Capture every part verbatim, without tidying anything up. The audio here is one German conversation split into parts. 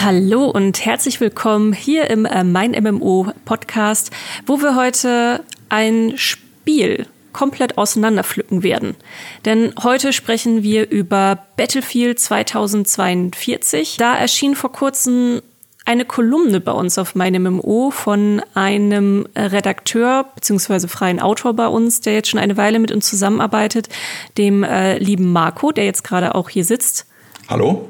Hallo und herzlich willkommen hier im äh, Mein M M O Podcast, wo wir heute ein Spiel komplett auseinanderpflücken werden. Denn heute sprechen wir über Battlefield zweitausendzweiundvierzig. Da erschien vor kurzem eine Kolumne bei uns auf Mein M M O von einem Redakteur bzw. freien Autor bei uns, der jetzt schon eine Weile mit uns zusammenarbeitet, dem äh, lieben Marco, der jetzt gerade auch hier sitzt. Hallo.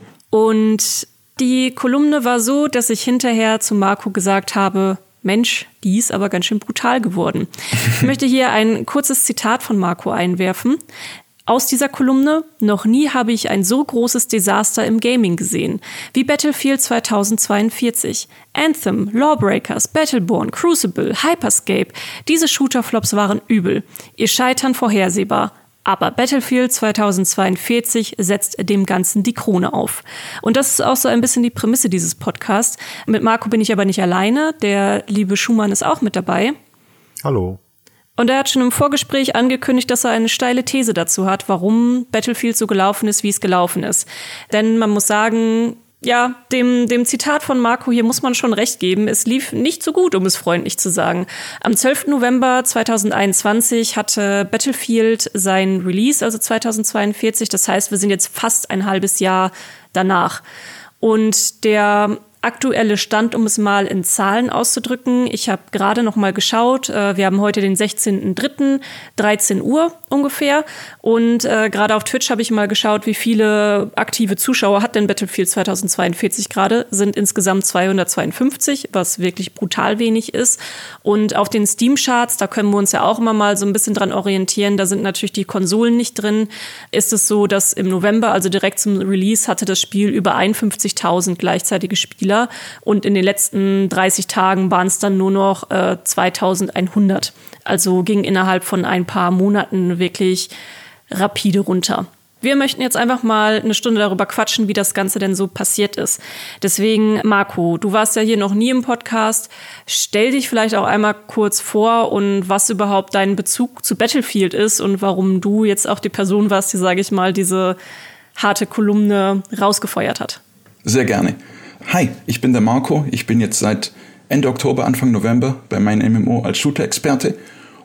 Und die Kolumne war so, dass ich hinterher zu Marco gesagt habe, Mensch, die ist aber ganz schön brutal geworden. Ich möchte hier ein kurzes Zitat von Marco einwerfen. Aus dieser Kolumne: Noch nie habe ich ein so großes Desaster im Gaming gesehen wie Battlefield zweitausendzweiundvierzig. Anthem, Lawbreakers, Battleborn, Crucible, Hyperscape. Diese Shooterflops waren übel. Ihr Scheitern vorhersehbar. Aber Battlefield zweitausendzweiundvierzig setzt dem Ganzen die Krone auf. Und das ist auch so ein bisschen die Prämisse dieses Podcasts. Mit Marco bin ich aber nicht alleine. Der liebe Schumann ist auch mit dabei. Hallo. Und er hat schon im Vorgespräch angekündigt, dass er eine steile These dazu hat, warum Battlefield so gelaufen ist, wie es gelaufen ist. Denn man muss sagen, ja, dem, dem Zitat von Marco hier muss man schon recht geben. Es lief nicht so gut, um es freundlich zu sagen. Am zwölften November zweitausendeinundzwanzig hatte Battlefield sein Release, also zweitausendzweiundvierzig. Das heißt, wir sind jetzt fast ein halbes Jahr danach. Und der aktuelle Stand, um es mal in Zahlen auszudrücken. Ich habe gerade noch mal geschaut. Wir haben heute den sechzehnten dritten, dreizehn Uhr ungefähr. Und äh, gerade auf Twitch habe ich mal geschaut, wie viele aktive Zuschauer hat denn Battlefield zweitausendzweiundvierzig gerade. Sind insgesamt zweihundertzweiundfünfzig, was wirklich brutal wenig ist. Und auf den Steam-Charts, da können wir uns ja auch immer mal so ein bisschen dran orientieren. Da sind natürlich die Konsolen nicht drin. Ist es so, dass im November, also direkt zum Release, hatte das Spiel über einundfünfzigtausend gleichzeitige Spieler. Und in den letzten dreißig Tagen waren es dann nur noch äh, zweitausendeinhundert. Also ging innerhalb von ein paar Monaten wirklich rapide runter. Wir möchten jetzt einfach mal eine Stunde darüber quatschen, wie das Ganze denn so passiert ist. Deswegen, Marco, du warst ja hier noch nie im Podcast. Stell dich vielleicht auch einmal kurz vor und was überhaupt dein Bezug zu Battlefield ist und warum du jetzt auch die Person warst, die, sage ich mal, diese harte Kolumne rausgefeuert hat. Sehr gerne. Hi, ich bin der Marco. Ich bin jetzt seit Ende Oktober, Anfang November bei Mein M M O als Shooter-Experte.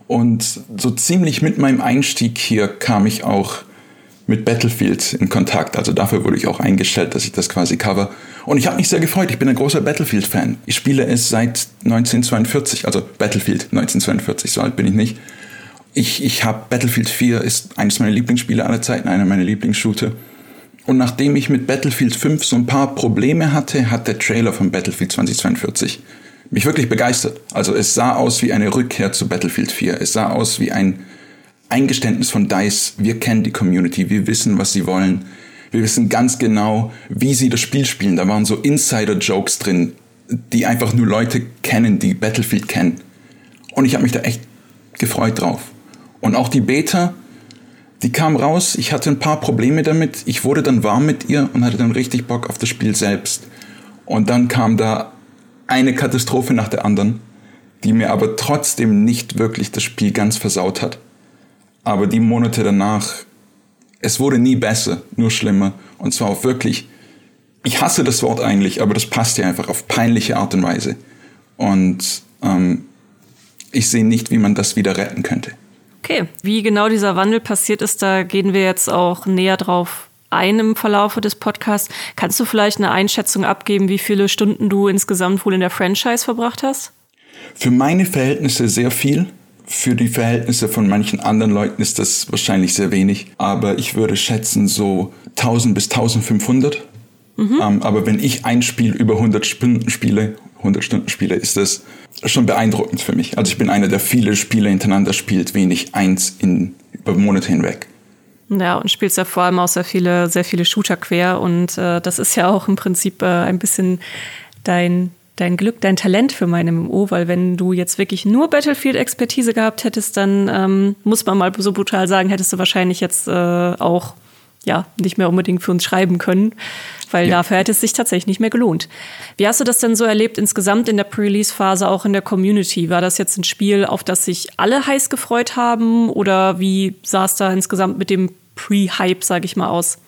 Und so ziemlich mit meinem Einstieg hier kam ich auch mit Battlefield in Kontakt. Also dafür wurde ich auch eingestellt, dass ich das quasi cover. Und ich habe mich sehr gefreut. Ich bin ein großer Battlefield-Fan. Ich spiele es seit neunzehnhundertzweiundvierzig, also Battlefield neunzehnhundertzweiundvierzig, so alt bin ich nicht. Ich, ich habe Battlefield vier, ist eines meiner Lieblingsspiele aller Zeiten, einer meiner Lieblingsshooter. Und nachdem ich mit Battlefield fünf so ein paar Probleme hatte, hat der Trailer von Battlefield zweitausendzweiundvierzig mich wirklich begeistert. Also es sah aus wie eine Rückkehr zu Battlefield vier. Es sah aus wie ein Eingeständnis von DICE. Wir kennen die Community, wir wissen, was sie wollen. Wir wissen ganz genau, wie sie das Spiel spielen. Da waren so Insider-Jokes drin, die einfach nur Leute kennen, die Battlefield kennen. Und ich habe mich da echt gefreut drauf. Und auch die Beta, die kam raus, ich hatte ein paar Probleme damit, ich wurde dann warm mit ihr und hatte dann richtig Bock auf das Spiel selbst. Und dann kam da eine Katastrophe nach der anderen, die mir aber trotzdem nicht wirklich das Spiel ganz versaut hat. Aber die Monate danach, es wurde nie besser, nur schlimmer. Und zwar auf wirklich, ich hasse das Wort eigentlich, aber das passt ja einfach auf peinliche Art und Weise. Und ähm, ich sehe nicht, wie man das wieder retten könnte. Okay, wie genau dieser Wandel passiert ist, da gehen wir jetzt auch näher drauf ein im Verlaufe des Podcasts. Kannst du vielleicht eine Einschätzung abgeben, wie viele Stunden du insgesamt wohl in der Franchise verbracht hast? Für meine Verhältnisse sehr viel. Für die Verhältnisse von manchen anderen Leuten ist das wahrscheinlich sehr wenig. Aber ich würde schätzen so tausend bis eintausendfünfhundert. Mhm. Ähm, aber wenn ich ein Spiel über hundert Stunden spiele, hundert Stunden spiele, ist das schon beeindruckend für mich. Also ich bin einer, der viele Spiele hintereinander spielt, wenig eins in, über Monate hinweg. Ja, und spielst ja vor allem auch sehr viele, sehr viele Shooter quer. Und äh, das ist ja auch im Prinzip äh, ein bisschen dein, dein Glück, dein Talent für mein M M O. Weil wenn du jetzt wirklich nur Battlefield-Expertise gehabt hättest, dann ähm, muss man mal so brutal sagen, hättest du wahrscheinlich jetzt äh, auch ja nicht mehr unbedingt für uns schreiben können. Weil ja. Dafür hätte es sich tatsächlich nicht mehr gelohnt. Wie hast du das denn so erlebt insgesamt in der Pre-Release-Phase, auch in der Community? War das jetzt ein Spiel, auf das sich alle heiß gefreut haben? Oder wie sah es da insgesamt mit dem Pre-Hype, sage ich mal, aus?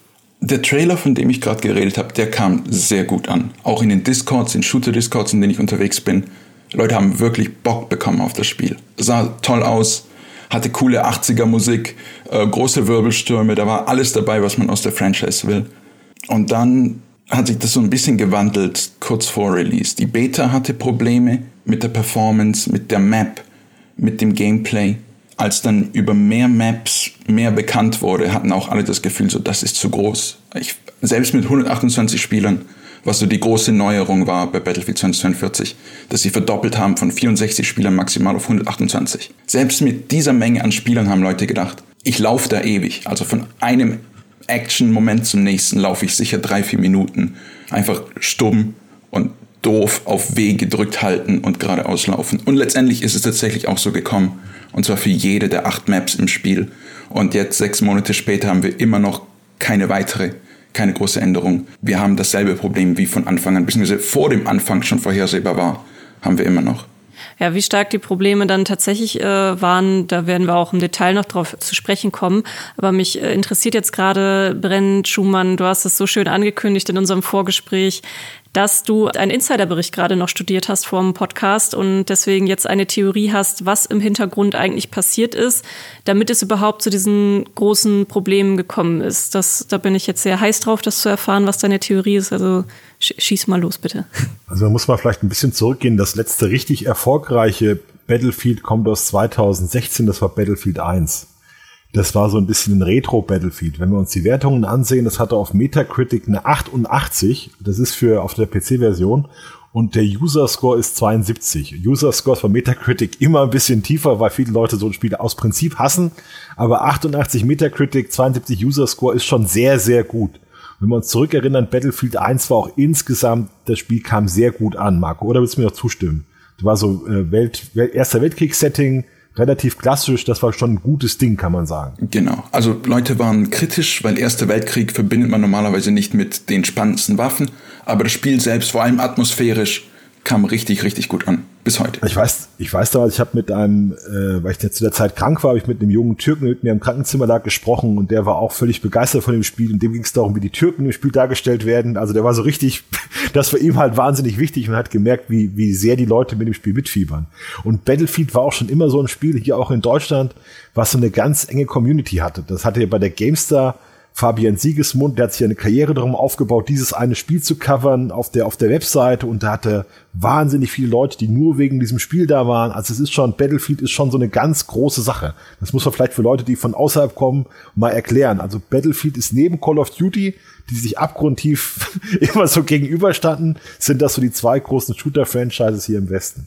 Der Trailer, von dem ich gerade geredet habe, der kam sehr gut an. Auch in den Discords, in Shooter-Discords, in denen ich unterwegs bin. Leute haben wirklich Bock bekommen auf das Spiel. Sah toll aus, hatte coole achtziger-Musik, äh, große Wirbelstürme, da war alles dabei, was man aus der Franchise will. Und dann hat sich das so ein bisschen gewandelt, kurz vor Release. Die Beta hatte Probleme mit der Performance, mit der Map, mit dem Gameplay. Als dann über mehr Maps mehr bekannt wurde, hatten auch alle das Gefühl, so, das ist zu groß. Ich, selbst mit hundertachtundzwanzig Spielern, was so die große Neuerung war bei Battlefield zweitausendzweiundvierzig, dass sie verdoppelt haben von vierundsechzig Spielern maximal auf hundertachtundzwanzig. Selbst mit dieser Menge an Spielern haben Leute gedacht, ich laufe da ewig. Also von einem Action-Moment zum nächsten laufe ich sicher drei, vier Minuten. Einfach stumm und doof auf W gedrückt halten und geradeaus laufen. Und letztendlich ist es tatsächlich auch so gekommen. Und zwar für jede der acht Maps im Spiel. Und jetzt, sechs Monate später, haben wir immer noch keine weitere, keine große Änderung. Wir haben dasselbe Problem wie von Anfang an, beziehungsweise vor dem Anfang schon vorhersehbar war, haben wir immer noch. Ja, wie stark die Probleme dann tatsächlich äh, waren, da werden wir auch im Detail noch drauf zu sprechen kommen. Aber mich äh, interessiert jetzt gerade, Brenn Schumann, du hast es so schön angekündigt in unserem Vorgespräch, dass du einen Insiderbericht gerade noch studiert hast vor dem Podcast und deswegen jetzt eine Theorie hast, was im Hintergrund eigentlich passiert ist, damit es überhaupt zu diesen großen Problemen gekommen ist. Das, da bin ich jetzt sehr heiß drauf, das zu erfahren, was deine Theorie ist. Also schieß mal los, bitte. Also man muss mal vielleicht ein bisschen zurückgehen. Das letzte richtig erfolgreiche Battlefield kommt aus zweitausendsechzehn, das war Battlefield eins. Das war so ein bisschen ein Retro-Battlefield. Wenn wir uns die Wertungen ansehen, das hatte auf Metacritic eine achtundachtzig. Das ist für auf der P C-Version. Und der User-Score ist zweiundsiebzig. User-Score ist bei Metacritic immer ein bisschen tiefer, weil viele Leute so ein Spiel aus Prinzip hassen. Aber achtundachtzig Metacritic, zweiundsiebzig User-Score ist schon sehr, sehr gut. Wenn wir uns zurückerinnern, Battlefield eins war auch insgesamt, das Spiel kam sehr gut an, Marco. Oder willst du mir noch zustimmen? Das war so äh, Welt, Welt, Erster Weltkriegs-Setting, relativ klassisch, das war schon ein gutes Ding, kann man sagen. Genau, also Leute waren kritisch, weil Erster Weltkrieg verbindet man normalerweise nicht mit den spannendsten Waffen, aber das Spiel selbst, vor allem atmosphärisch, kam richtig, richtig gut an. Bis heute. Ich weiß, ich weiß damals, ich habe mit einem, äh, weil ich zu der Zeit krank war, habe ich mit einem jungen Türken mit mir im Krankenzimmer da gesprochen und der war auch völlig begeistert von dem Spiel und dem ging es darum, wie die Türken im Spiel dargestellt werden. Also der war so richtig, das war ihm halt wahnsinnig wichtig und hat gemerkt, wie, wie sehr die Leute mit dem Spiel mitfiebern. Und Battlefield war auch schon immer so ein Spiel, hier auch in Deutschland, was so eine ganz enge Community hatte. Das hatte ja bei der GameStar Fabian Siegesmund, der hat sich eine Karriere darum aufgebaut, dieses eine Spiel zu covern auf der, auf der Webseite und da hatte wahnsinnig viele Leute, die nur wegen diesem Spiel da waren. Also es ist schon, Battlefield ist schon so eine ganz große Sache. Das muss man vielleicht für Leute, die von außerhalb kommen, mal erklären. Also Battlefield ist neben Call of Duty, die sich abgrundtief immer so gegenüberstanden, sind das so die zwei großen Shooter-Franchises hier im Westen.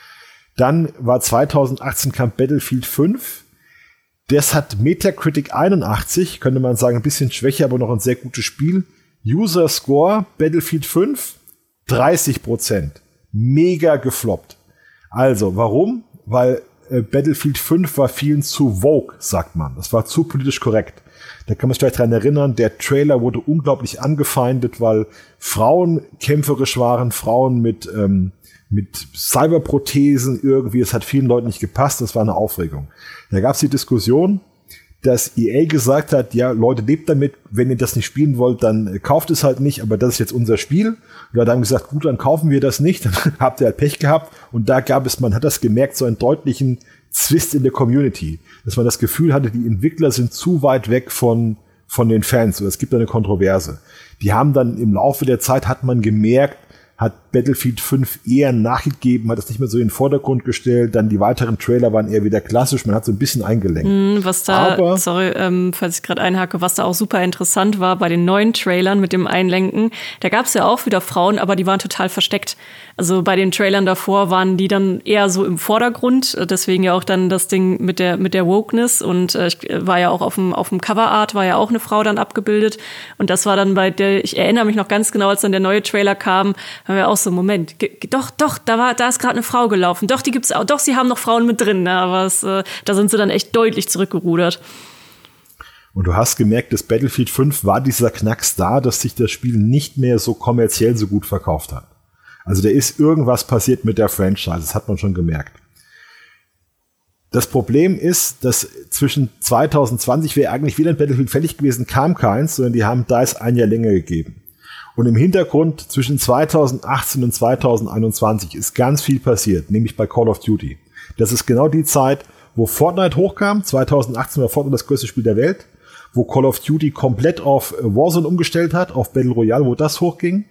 Dann war zweitausendachtzehn kam Battlefield fünf. Das hat Metacritic einundachtzig, könnte man sagen, ein bisschen schwächer, aber noch ein sehr gutes Spiel. User Score, Battlefield fünf, dreißig Prozent. Mega gefloppt. Also, warum? Weil äh, Battlefield fünf war vielen zu vogue, sagt man. Das war zu politisch korrekt. Da kann man sich vielleicht dran erinnern, der Trailer wurde unglaublich angefeindet, weil Frauen kämpferisch waren, Frauen mit ähm, mit Cyberprothesen irgendwie, es hat vielen Leuten nicht gepasst, das war eine Aufregung. Da gab es die Diskussion, dass E A gesagt hat, ja, Leute, lebt damit, wenn ihr das nicht spielen wollt, dann kauft es halt nicht, aber das ist jetzt unser Spiel. Und da haben gesagt, gut, dann kaufen wir das nicht, dann habt ihr halt Pech gehabt. Und da gab es, man hat das gemerkt, so einen deutlichen Zwist in der Community, dass man das Gefühl hatte, die Entwickler sind zu weit weg von von den Fans. Und es gibt eine Kontroverse. Die haben dann im Laufe der Zeit, hat man gemerkt, hat Battlefield fünf eher nachgegeben, hat es nicht mehr so in den Vordergrund gestellt, dann die weiteren Trailer waren eher wieder klassisch, man hat so ein bisschen eingelenkt. Mm, was da, Aber, sorry, ähm, falls ich gerade einhake, was da auch super interessant war bei den neuen Trailern mit dem Einlenken, da gab es ja auch wieder Frauen, aber die waren total versteckt. Also bei den Trailern davor waren die dann eher so im Vordergrund, deswegen ja auch dann das Ding mit der mit der Wokeness und äh, ich war ja auch auf dem auf dem Coverart war ja auch eine Frau dann abgebildet und das war dann bei der, ich erinnere mich noch ganz genau, als dann der neue Trailer kam, haben wir auch so, Moment, ge- doch, doch, da war, da ist gerade eine Frau gelaufen, doch, die gibt's auch, doch, sie haben noch Frauen mit drin, ne? Aber es, äh, da sind sie dann echt deutlich zurückgerudert. Und du hast gemerkt, dass Battlefield fünf war dieser Knacks da, dass sich das Spiel nicht mehr so kommerziell so gut verkauft hat. Also da ist irgendwas passiert mit der Franchise, das hat man schon gemerkt. Das Problem ist, dass zwischen zwanzig zwanzig wäre eigentlich wieder ein Battlefield fällig gewesen, kam keins, sondern die haben DICE ein Jahr länger gegeben. Und im Hintergrund zwischen zwanzig achtzehn und zwanzig einundzwanzig ist ganz viel passiert, nämlich bei Call of Duty. Das ist genau die Zeit, wo Fortnite hochkam. zwanzig achtzehn war Fortnite das größte Spiel der Welt, wo Call of Duty komplett auf Warzone umgestellt hat, auf Battle Royale, wo das hochging,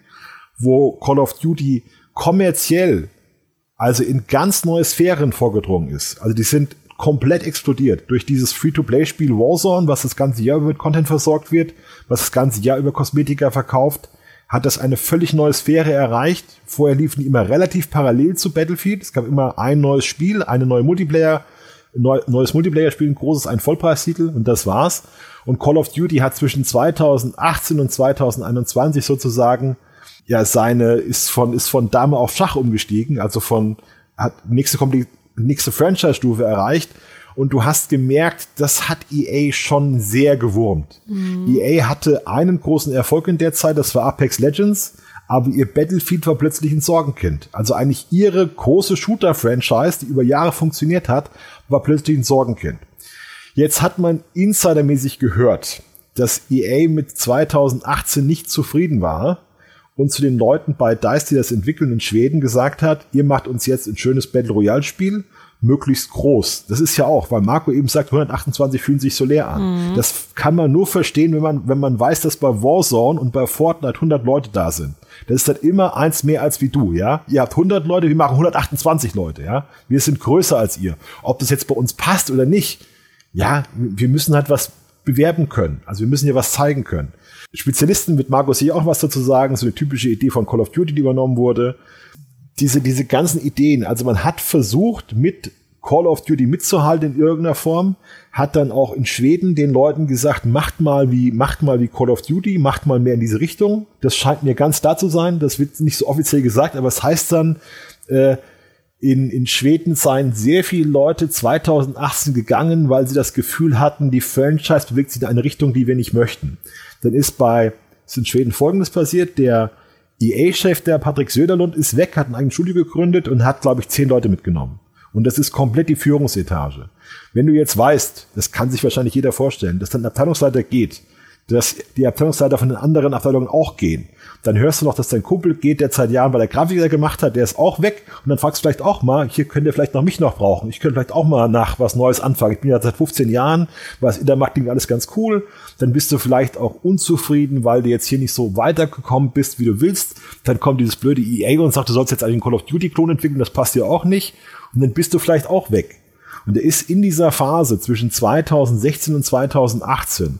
wo Call of Duty kommerziell, also in ganz neue Sphären vorgedrungen ist. Also die sind komplett explodiert durch dieses Free-to-Play-Spiel Warzone, was das ganze Jahr über mit Content versorgt wird, was das ganze Jahr über Kosmetika verkauft, hat das eine völlig neue Sphäre erreicht. Vorher liefen die immer relativ parallel zu Battlefield. Es gab immer ein neues Spiel, eine neue Multiplayer, neu, neues Multiplayer-Spiel, ein großes, ein Vollpreistitel und das war's. Und Call of Duty hat zwischen zwanzig achtzehn und zwanzig einundzwanzig sozusagen, ja, seine, ist von, ist von Dame auf Schach umgestiegen, also von, hat nächste, nächste Franchise-Stufe erreicht. Und du hast gemerkt, das hat E A schon sehr gewurmt. Mhm. E A hatte einen großen Erfolg in der Zeit, das war Apex Legends, aber ihr Battlefield war plötzlich ein Sorgenkind. Also eigentlich ihre große Shooter-Franchise, die über Jahre funktioniert hat, war plötzlich ein Sorgenkind. Jetzt hat man insidermäßig gehört, dass E A mit zwanzig achtzehn nicht zufrieden war und zu den Leuten bei DICE, die das entwickeln in Schweden, gesagt hat, ihr macht uns jetzt ein schönes Battle-Royale-Spiel, möglichst groß. Das ist ja auch, weil Marco eben sagt, hundertachtundzwanzig fühlen sich so leer an. Mhm. Das kann man nur verstehen, wenn man, wenn man weiß, dass bei Warzone und bei Fortnite hundert Leute da sind. Das ist dann immer eins mehr als wie du, ja. Ihr habt hundert Leute, wir machen hundertachtundzwanzig Leute, ja. Wir sind größer als ihr. Ob das jetzt bei uns passt oder nicht, ja, wir müssen halt was bewerben können. Also wir müssen ja was zeigen können. Spezialisten mit Marco sicher auch was dazu sagen, so eine typische Idee von Call of Duty, die übernommen wurde. Diese, diese ganzen Ideen, also man hat versucht, mit Call of Duty mitzuhalten in irgendeiner Form, hat dann auch in Schweden den Leuten gesagt, macht mal wie, macht mal wie Call of Duty, macht mal mehr in diese Richtung. Das scheint mir ganz klar zu sein, das wird nicht so offiziell gesagt, aber es heißt dann, äh, in, in Schweden seien sehr viele Leute zwanzig achtzehn gegangen, weil sie das Gefühl hatten, die Franchise bewegt sich in eine Richtung, die wir nicht möchten. Dann ist bei, ist in Schweden Folgendes passiert, der E A-Chef, der Patrick Söderlund, ist weg, hat ein eigenes Studio gegründet und hat, glaube ich, zehn Leute mitgenommen. Und das ist komplett die Führungsetage. Wenn du jetzt weißt, das kann sich wahrscheinlich jeder vorstellen, dass dann ein Abteilungsleiter geht, dass die Abteilungsleiter von den anderen Abteilungen auch gehen, dann hörst du noch, dass dein Kumpel geht, der seit Jahren bei der Grafiker gemacht hat, der ist auch weg. Und dann fragst du vielleicht auch mal, hier könnt ihr vielleicht noch mich noch brauchen. Ich könnte vielleicht auch mal nach was Neues anfangen. Ich bin ja seit fünfzehn Jahren, war das Intermarketing alles ganz cool. Dann bist du vielleicht auch unzufrieden, weil du jetzt hier nicht so weitergekommen bist, wie du willst. Dann kommt dieses blöde E A und sagt, du sollst jetzt einen Call of Duty Klon entwickeln, das passt dir auch nicht. Und dann bist du vielleicht auch weg. Und er ist in dieser Phase zwischen zwanzig sechzehn und zwanzig achtzehn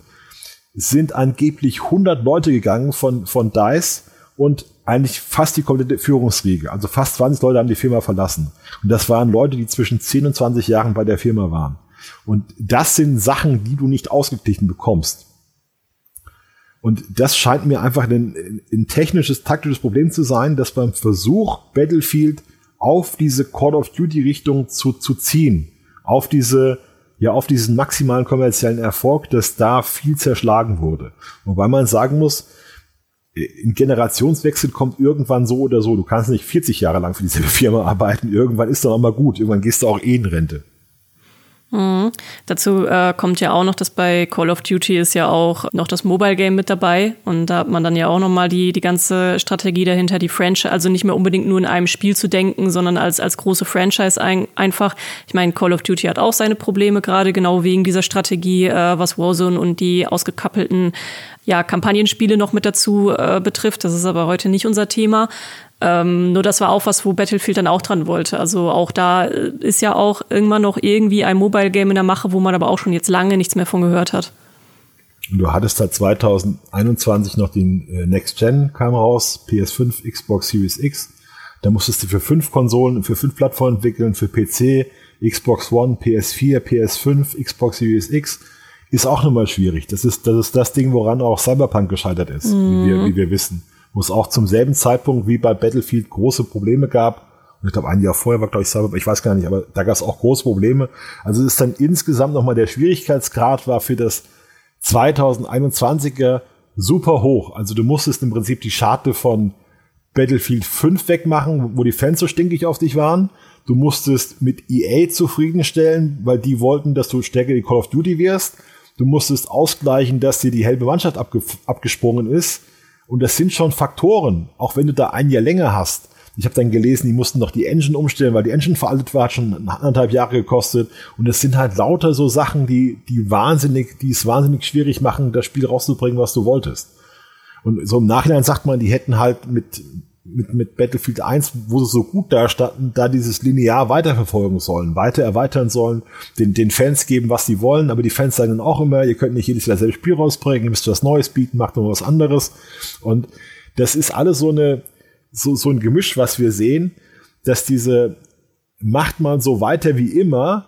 sind angeblich hundert Leute gegangen von, von DICE und eigentlich fast die komplette Führungsriege. Also fast zwanzig Leute haben die Firma verlassen. Und das waren Leute, die zwischen zehn und zwanzig Jahren bei der Firma waren. Und das sind Sachen, die du nicht ausgeglichen bekommst. Und das scheint mir einfach ein, ein technisches, taktisches Problem zu sein, dass beim Versuch, Battlefield auf diese Call of Duty Richtung zu, zu ziehen, auf diese ja auf diesen maximalen kommerziellen Erfolg, dass da viel zerschlagen wurde. Wobei man sagen muss, ein Generationswechsel kommt irgendwann so oder so. Du kannst nicht vierzig Jahre lang für diese Firma arbeiten. Irgendwann ist dann auch mal gut. Irgendwann gehst du auch eh in Rente. Mhm. Dazu äh, kommt ja auch noch, dass bei Call of Duty ist ja auch noch das Mobile Game mit dabei und da hat man dann ja auch nochmal die, die ganze Strategie dahinter, die Franchise, also nicht mehr unbedingt nur in einem Spiel zu denken, sondern als, als große Franchise ein, einfach. Ich meine, Call of Duty hat auch seine Probleme, gerade genau wegen dieser Strategie, äh, was Warzone und die ausgekappelten ja, Kampagnenspiele noch mit dazu äh, betrifft. Das ist aber heute nicht unser Thema. Ähm, nur das war auch was, wo Battlefield dann auch dran wollte. Also auch da ist ja auch irgendwann noch irgendwie ein Mobile-Game in der Mache, wo man aber auch schon jetzt lange nichts mehr von gehört hat. Und du hattest da zwanzig einundzwanzig noch den äh, Next Gen kam raus, P S fünf, Xbox Series X. Da musstest du für fünf Konsolen, für fünf Plattformen entwickeln, für P C, Xbox One, P S vier, P S fünf, Xbox Series X. Ist auch nochmal schwierig. Das ist, das ist das Ding, woran auch Cyberpunk gescheitert ist, mhm. wie wir, wie wir wissen. Wo es auch zum selben Zeitpunkt wie bei Battlefield große Probleme gab. Und ich glaube, ein Jahr vorher war, glaube ich, Cyberpunk, ich weiß gar nicht, aber da gab es auch große Probleme. Also es ist dann insgesamt nochmal der Schwierigkeitsgrad war für das zwanzig einundzwanziger super hoch. Also du musstest im Prinzip die Scharte von Battlefield fünf wegmachen, wo die Fans so stinkig auf dich waren. Du musstest mit E A zufriedenstellen, weil die wollten, dass du stärker wie Call of Duty wirst. Du musstest ausgleichen, dass dir die halbe Mannschaft abge- abgesprungen ist. Und das sind schon Faktoren, auch wenn du da ein Jahr länger hast. Ich habe dann gelesen, die mussten noch die Engine umstellen, weil die Engine veraltet war, hat schon anderthalb Jahre gekostet. Und es sind halt lauter so Sachen, die, die wahnsinnig, die es wahnsinnig schwierig machen, das Spiel rauszubringen, was du wolltest. Und so im Nachhinein sagt man, die hätten halt mit, mit, mit Battlefield eins, wo sie so gut da standen, da dieses linear weiterverfolgen sollen, weiter erweitern sollen, den, den Fans geben, was sie wollen. Aber die Fans sagen dann auch immer, ihr könnt nicht jedes Jahr dasselbe Spiel rausbringen, ihr müsst was Neues bieten, macht noch was anderes. Und das ist alles so eine, so, so ein Gemisch, was wir sehen, dass diese macht man so weiter wie immer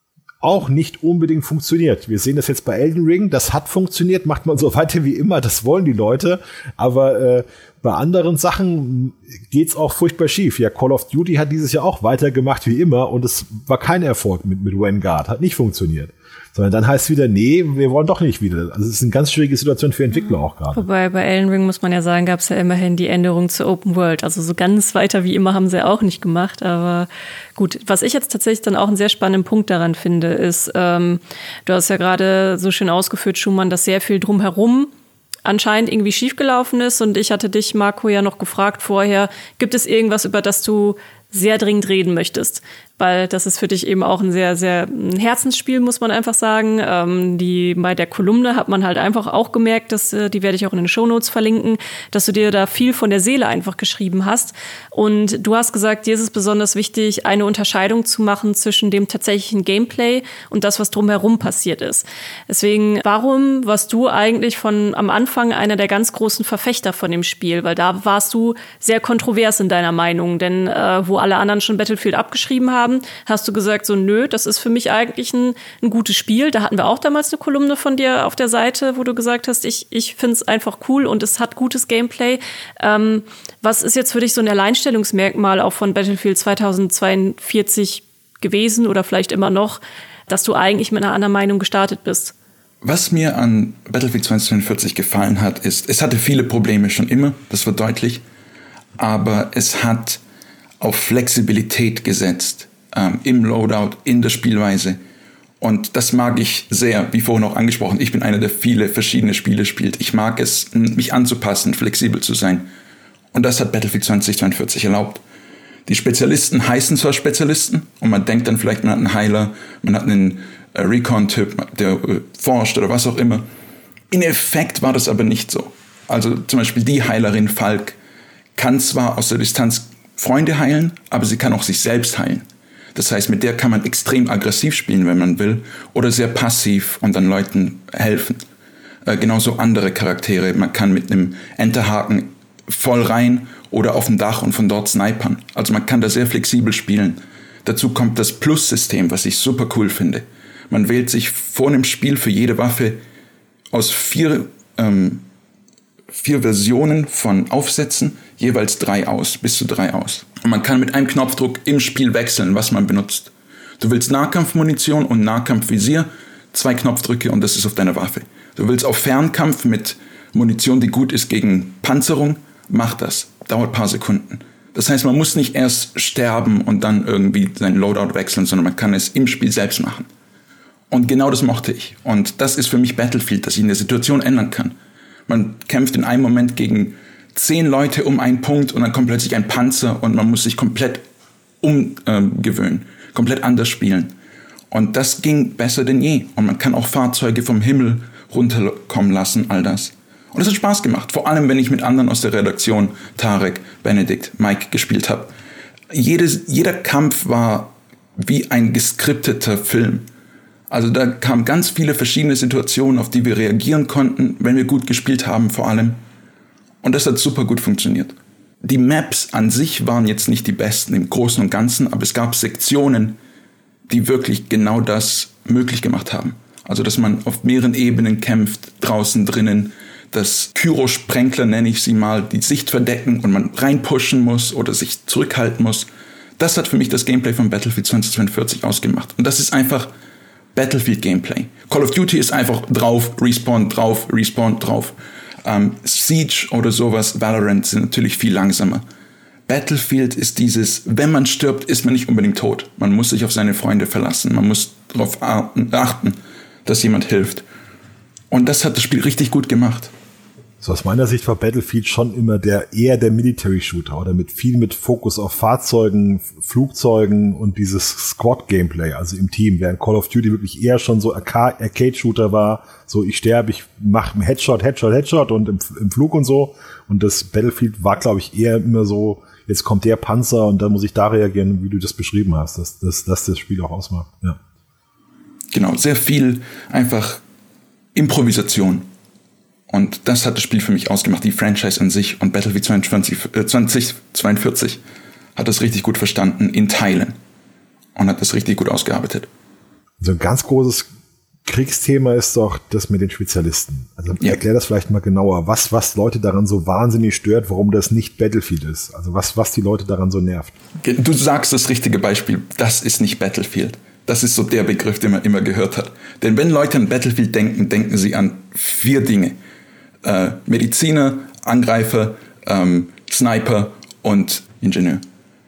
auch nicht unbedingt funktioniert. Wir sehen das jetzt bei Elden Ring, das hat funktioniert, macht man so weiter wie immer, das wollen die Leute, aber äh, bei anderen Sachen geht's auch furchtbar schief. Ja, Call of Duty hat dieses Jahr auch weitergemacht wie immer und es war kein Erfolg mit, mit Vanguard, hat nicht funktioniert. Sondern dann heißt es wieder, nee, wir wollen doch nicht wieder. Also es ist eine ganz schwierige Situation für Entwickler auch gerade. Wobei bei Elden Ring, muss man ja sagen, gab es ja immerhin die Änderung zur Open World. Also so ganz weiter wie immer haben sie auch nicht gemacht. Aber gut, was ich jetzt tatsächlich dann auch einen sehr spannenden Punkt daran finde, ist, ähm, du hast ja gerade so schön ausgeführt, Schumann, dass sehr viel drumherum anscheinend irgendwie schiefgelaufen ist. Und ich hatte dich, Marco, ja noch gefragt vorher, gibt es irgendwas, über das du sehr dringend reden möchtest? Weil das ist für dich eben auch ein sehr, sehr ein Herzensspiel, muss man einfach sagen. Ähm, die, bei der Kolumne hat man halt einfach auch gemerkt, dass, äh, die werde ich auch in den Shownotes verlinken, dass du dir da viel von der Seele einfach geschrieben hast. Und du hast gesagt, dir ist es besonders wichtig, eine Unterscheidung zu machen zwischen dem tatsächlichen Gameplay und das, was drumherum passiert ist. Deswegen, warum warst du eigentlich von am Anfang einer der ganz großen Verfechter von dem Spiel? Weil da warst du sehr kontrovers in deiner Meinung, denn äh, wo alle anderen schon Battlefield abgeschrieben haben, hast du gesagt, so nö, das ist für mich eigentlich ein, ein gutes Spiel. Da hatten wir auch damals eine Kolumne von dir auf der Seite, wo du gesagt hast, ich, ich finde es einfach cool und es hat gutes Gameplay. Ähm, was ist jetzt für dich so ein Alleinstellungsmerkmal auch von Battlefield zweitausendzweiundvierzig gewesen oder vielleicht immer noch, dass du eigentlich mit einer anderen Meinung gestartet bist? Was mir an Battlefield zweitausendzweiundvierzig gefallen hat, ist, es hatte viele Probleme schon immer, das war deutlich, aber es hat auf Flexibilität gesetzt. Ähm, im Loadout, in der Spielweise. Und das mag ich sehr, wie vorhin auch angesprochen. Ich bin einer, der viele verschiedene Spiele spielt. Ich mag es, mich anzupassen, flexibel zu sein. Und das hat Battlefield zweitausendzweiundvierzig erlaubt. Die Spezialisten heißen zwar Spezialisten und man denkt dann vielleicht, man hat einen Heiler, man hat einen äh, Recon-Typ, der äh, forscht oder was auch immer. In Effekt war das aber nicht so. Also zum Beispiel die Heilerin Falk kann zwar aus der Distanz Freunde heilen, aber sie kann auch sich selbst heilen. Das heißt, mit der kann man extrem aggressiv spielen, wenn man will, oder sehr passiv und dann Leuten helfen. Äh, genauso andere Charaktere. Man kann mit einem Enterhaken voll rein oder auf dem Dach und von dort snipern. Also man kann da sehr flexibel spielen. Dazu kommt das Plus-System, was ich super cool finde. Man wählt sich vor einem Spiel für jede Waffe aus vier, ähm, vier Versionen von Aufsätzen jeweils drei aus, bis zu drei aus. Und man kann mit einem Knopfdruck im Spiel wechseln, was man benutzt. Du willst Nahkampfmunition und Nahkampfvisier, zwei Knopfdrücke und das ist auf deiner Waffe. Du willst auf Fernkampf mit Munition, die gut ist gegen Panzerung, mach das. Dauert ein paar Sekunden. Das heißt, man muss nicht erst sterben und dann irgendwie sein Loadout wechseln, sondern man kann es im Spiel selbst machen. Und genau das mochte ich. Und das ist für mich Battlefield, dass ich in der Situation ändern kann. Man kämpft in einem Moment gegen zehn Leute um einen Punkt und dann kommt plötzlich ein Panzer und man muss sich komplett umgewöhnen, äh, komplett anders spielen. Und das ging besser denn je. Und man kann auch Fahrzeuge vom Himmel runterkommen lassen, all das. Und es hat Spaß gemacht, vor allem wenn ich mit anderen aus der Redaktion, Tarek, Benedikt, Mike, gespielt habe. Jedes, jeder Kampf war wie ein geskripteter Film. Also da kamen ganz viele verschiedene Situationen, auf die wir reagieren konnten, wenn wir gut gespielt haben vor allem. Und das hat super gut funktioniert. Die Maps an sich waren jetzt nicht die besten im Großen und Ganzen, aber es gab Sektionen, die wirklich genau das möglich gemacht haben. Also dass man auf mehreren Ebenen kämpft, draußen, drinnen, dass Kyrosprenkler, nenne ich sie mal, die Sicht verdecken und man reinpushen muss oder sich zurückhalten muss. Das hat für mich das Gameplay von Battlefield zweitausendzweiundvierzig ausgemacht. Und das ist einfach Battlefield Gameplay. Call of Duty ist einfach drauf, Respawn, drauf, Respawn, drauf. Ähm, Siege oder sowas, Valorant sind natürlich viel langsamer. Battlefield ist dieses, wenn man stirbt, ist man nicht unbedingt tot. Man muss sich auf seine Freunde verlassen. Man muss darauf achten, dass jemand hilft. Und das hat das Spiel richtig gut gemacht. So aus meiner Sicht war Battlefield schon immer der eher der Military-Shooter oder mit viel mit Fokus auf Fahrzeugen, Flugzeugen und dieses Squad-Gameplay, also im Team, während Call of Duty wirklich eher schon so Arcade-Shooter war, so ich sterbe, ich mache einen Headshot, Headshot, Headshot und im, im Flug und so. Und das Battlefield war, glaube ich, eher immer so, jetzt kommt der Panzer und dann muss ich da reagieren, wie du das beschrieben hast, dass, dass, dass das Spiel auch ausmacht. Ja. Genau, sehr viel einfach Improvisation. Und das hat das Spiel für mich ausgemacht, die Franchise an sich. Und Battlefield zwanzig zweiundvierzig hat das richtig gut verstanden in Teilen und hat das richtig gut ausgearbeitet. So ein ganz großes Kriegsthema ist doch das mit den Spezialisten. Also ja. Erklär das vielleicht mal genauer, was, was Leute daran so wahnsinnig stört, warum das nicht Battlefield ist. Also was, was die Leute daran so nervt. Du sagst das richtige Beispiel, das ist nicht Battlefield. Das ist so der Begriff, den man immer gehört hat. Denn wenn Leute an Battlefield denken, denken sie an vier Dinge. Äh, Mediziner, Angreifer, ähm, Sniper und Ingenieur.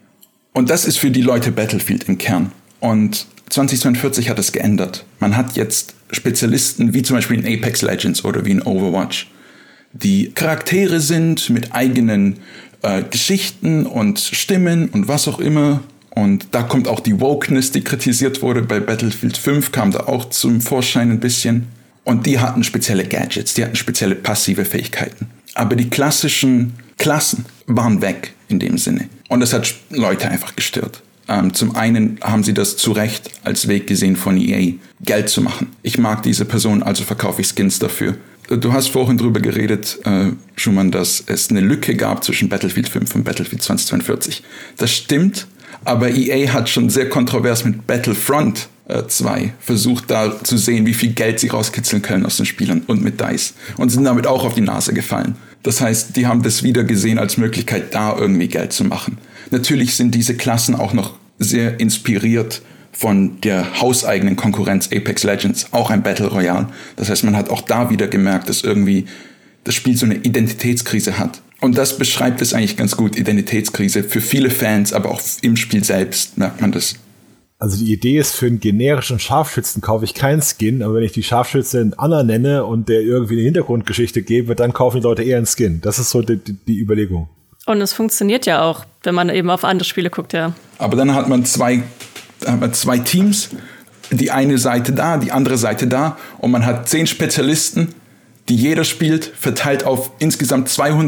Und das ist für die Leute Battlefield im Kern. Und zwanzig zweiundvierzig hat es geändert. Man hat jetzt Spezialisten wie zum Beispiel in Apex Legends oder wie in Overwatch, die Charaktere sind mit eigenen äh, Geschichten und Stimmen und was auch immer. Und da kommt auch die Wokeness, die kritisiert wurde. Bei Battlefield fünf kam da auch zum Vorschein ein bisschen. Und die hatten spezielle Gadgets, die hatten spezielle passive Fähigkeiten. Aber die klassischen Klassen waren weg in dem Sinne. Und das hat Leute einfach gestört. Ähm, zum einen haben sie das zu Recht als Weg gesehen von E A, Geld zu machen. Ich mag diese Person, also verkaufe ich Skins dafür. Du hast vorhin drüber geredet, äh, Schumann, dass es eine Lücke gab zwischen Battlefield fünf und Battlefield zwanzig zweiundvierzig. Das stimmt, aber E A hat schon sehr kontrovers mit Battlefront zwei versucht, da zu sehen, wie viel Geld sie rauskitzeln können aus den Spielern und mit DICE. Und sind damit auch auf die Nase gefallen. Das heißt, die haben das wieder gesehen als Möglichkeit, da irgendwie Geld zu machen. Natürlich sind diese Klassen auch noch sehr inspiriert von der hauseigenen Konkurrenz Apex Legends, auch ein Battle Royale. Das heißt, man hat auch da wieder gemerkt, dass irgendwie das Spiel so eine Identitätskrise hat. Und das beschreibt es eigentlich ganz gut, Identitätskrise für viele Fans, aber auch im Spiel selbst merkt man das. Also die Idee ist, für einen generischen Scharfschützen kaufe ich keinen Skin, aber wenn ich die Scharfschützin Anna nenne und der irgendwie eine Hintergrundgeschichte gebe, dann kaufen die Leute eher einen Skin. Das ist so die, die, die Überlegung. Und es funktioniert ja auch, wenn man eben auf andere Spiele guckt, ja. Aber dann hat man zwei, hat man zwei Teams, die eine Seite da, die andere Seite da, und man hat zehn Spezialisten, die jeder spielt, verteilt auf insgesamt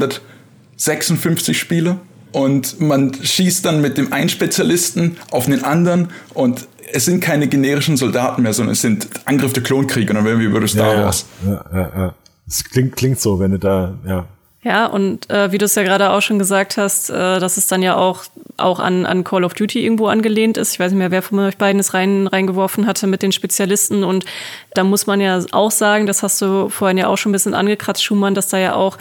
zweihundertsechsundfünfzig Spieler. Und man schießt dann mit dem einen Spezialisten auf den anderen und es sind keine generischen Soldaten mehr, sondern es sind Angriff der Klonkriege und dann werden wir über Star ja, Wars. Ja, ja, ja. Es klingt, klingt so, wenn du da, ja. Ja, und äh, wie du es ja gerade auch schon gesagt hast, äh, dass es dann ja auch, auch an, an Call of Duty irgendwo angelehnt ist. Ich weiß nicht mehr, wer von euch beiden es rein, reingeworfen hatte mit den Spezialisten. Und da muss man ja auch sagen, das hast du vorhin ja auch schon ein bisschen angekratzt, Schumann, dass da ja auch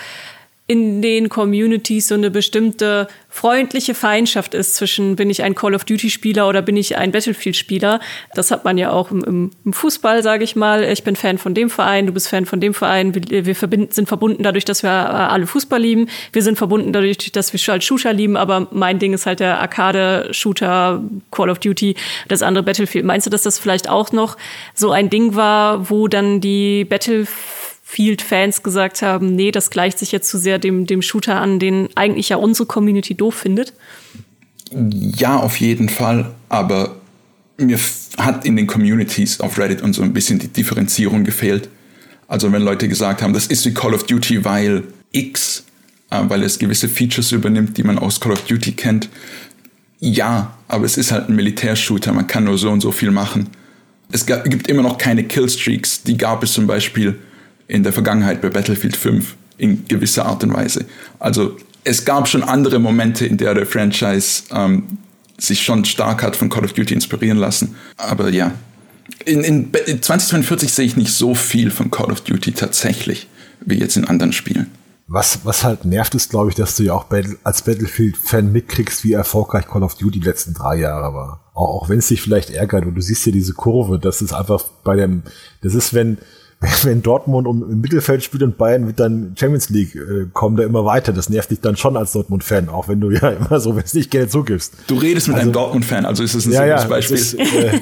in den Communities so eine bestimmte freundliche Feindschaft ist zwischen, bin ich ein Call of Duty Spieler oder bin ich ein Battlefield Spieler. Das hat man ja auch im, im Fußball, sage ich mal. Ich bin Fan von dem Verein, du bist Fan von dem Verein. Wir, wir verbinden, sind verbunden dadurch, dass wir alle Fußball lieben. Wir sind verbunden dadurch, dass wir halt Shooter lieben, aber mein Ding ist halt der Arcade-Shooter, Call of Duty, das andere Battlefield. Meinst du, dass das vielleicht auch noch so ein Ding war, wo dann die Battlefield Field-Fans gesagt haben, nee, das gleicht sich jetzt zu sehr dem, dem Shooter an, den eigentlich ja unsere Community doof findet? Ja, auf jeden Fall, aber mir hat in den Communities auf Reddit und so ein bisschen die Differenzierung gefehlt. Also wenn Leute gesagt haben, das ist wie Call of Duty, weil X, äh, weil es gewisse Features übernimmt, die man aus Call of Duty kennt. Ja, aber es ist halt ein Militärshooter, man kann nur so und so viel machen. Es gibt immer noch keine Killstreaks, die gab es zum Beispiel in der Vergangenheit bei Battlefield fünf in gewisser Art und Weise. Also es gab schon andere Momente, in der der Franchise ähm, sich schon stark hat von Call of Duty inspirieren lassen. Aber ja, in, in, in zwanzig zweiundvierzig sehe ich nicht so viel von Call of Duty tatsächlich, wie jetzt in anderen Spielen. Was, was halt nervt, ist, glaube ich, dass du ja auch als Battlefield-Fan mitkriegst, wie erfolgreich Call of Duty die letzten drei Jahre war. Auch, auch wenn es dich vielleicht ärgert und du siehst ja diese Kurve, das ist einfach bei dem, das ist, wenn wenn Dortmund um im Mittelfeld spielt und Bayern wird dann Champions League, äh, kommen da immer weiter. Das nervt dich dann schon als Dortmund-Fan, auch wenn du ja immer so, wenn es nicht gerne zugibst. Du redest mit also, einem Dortmund-Fan, also ist es ein ja, ja, ja, Beispiel. Ist, äh,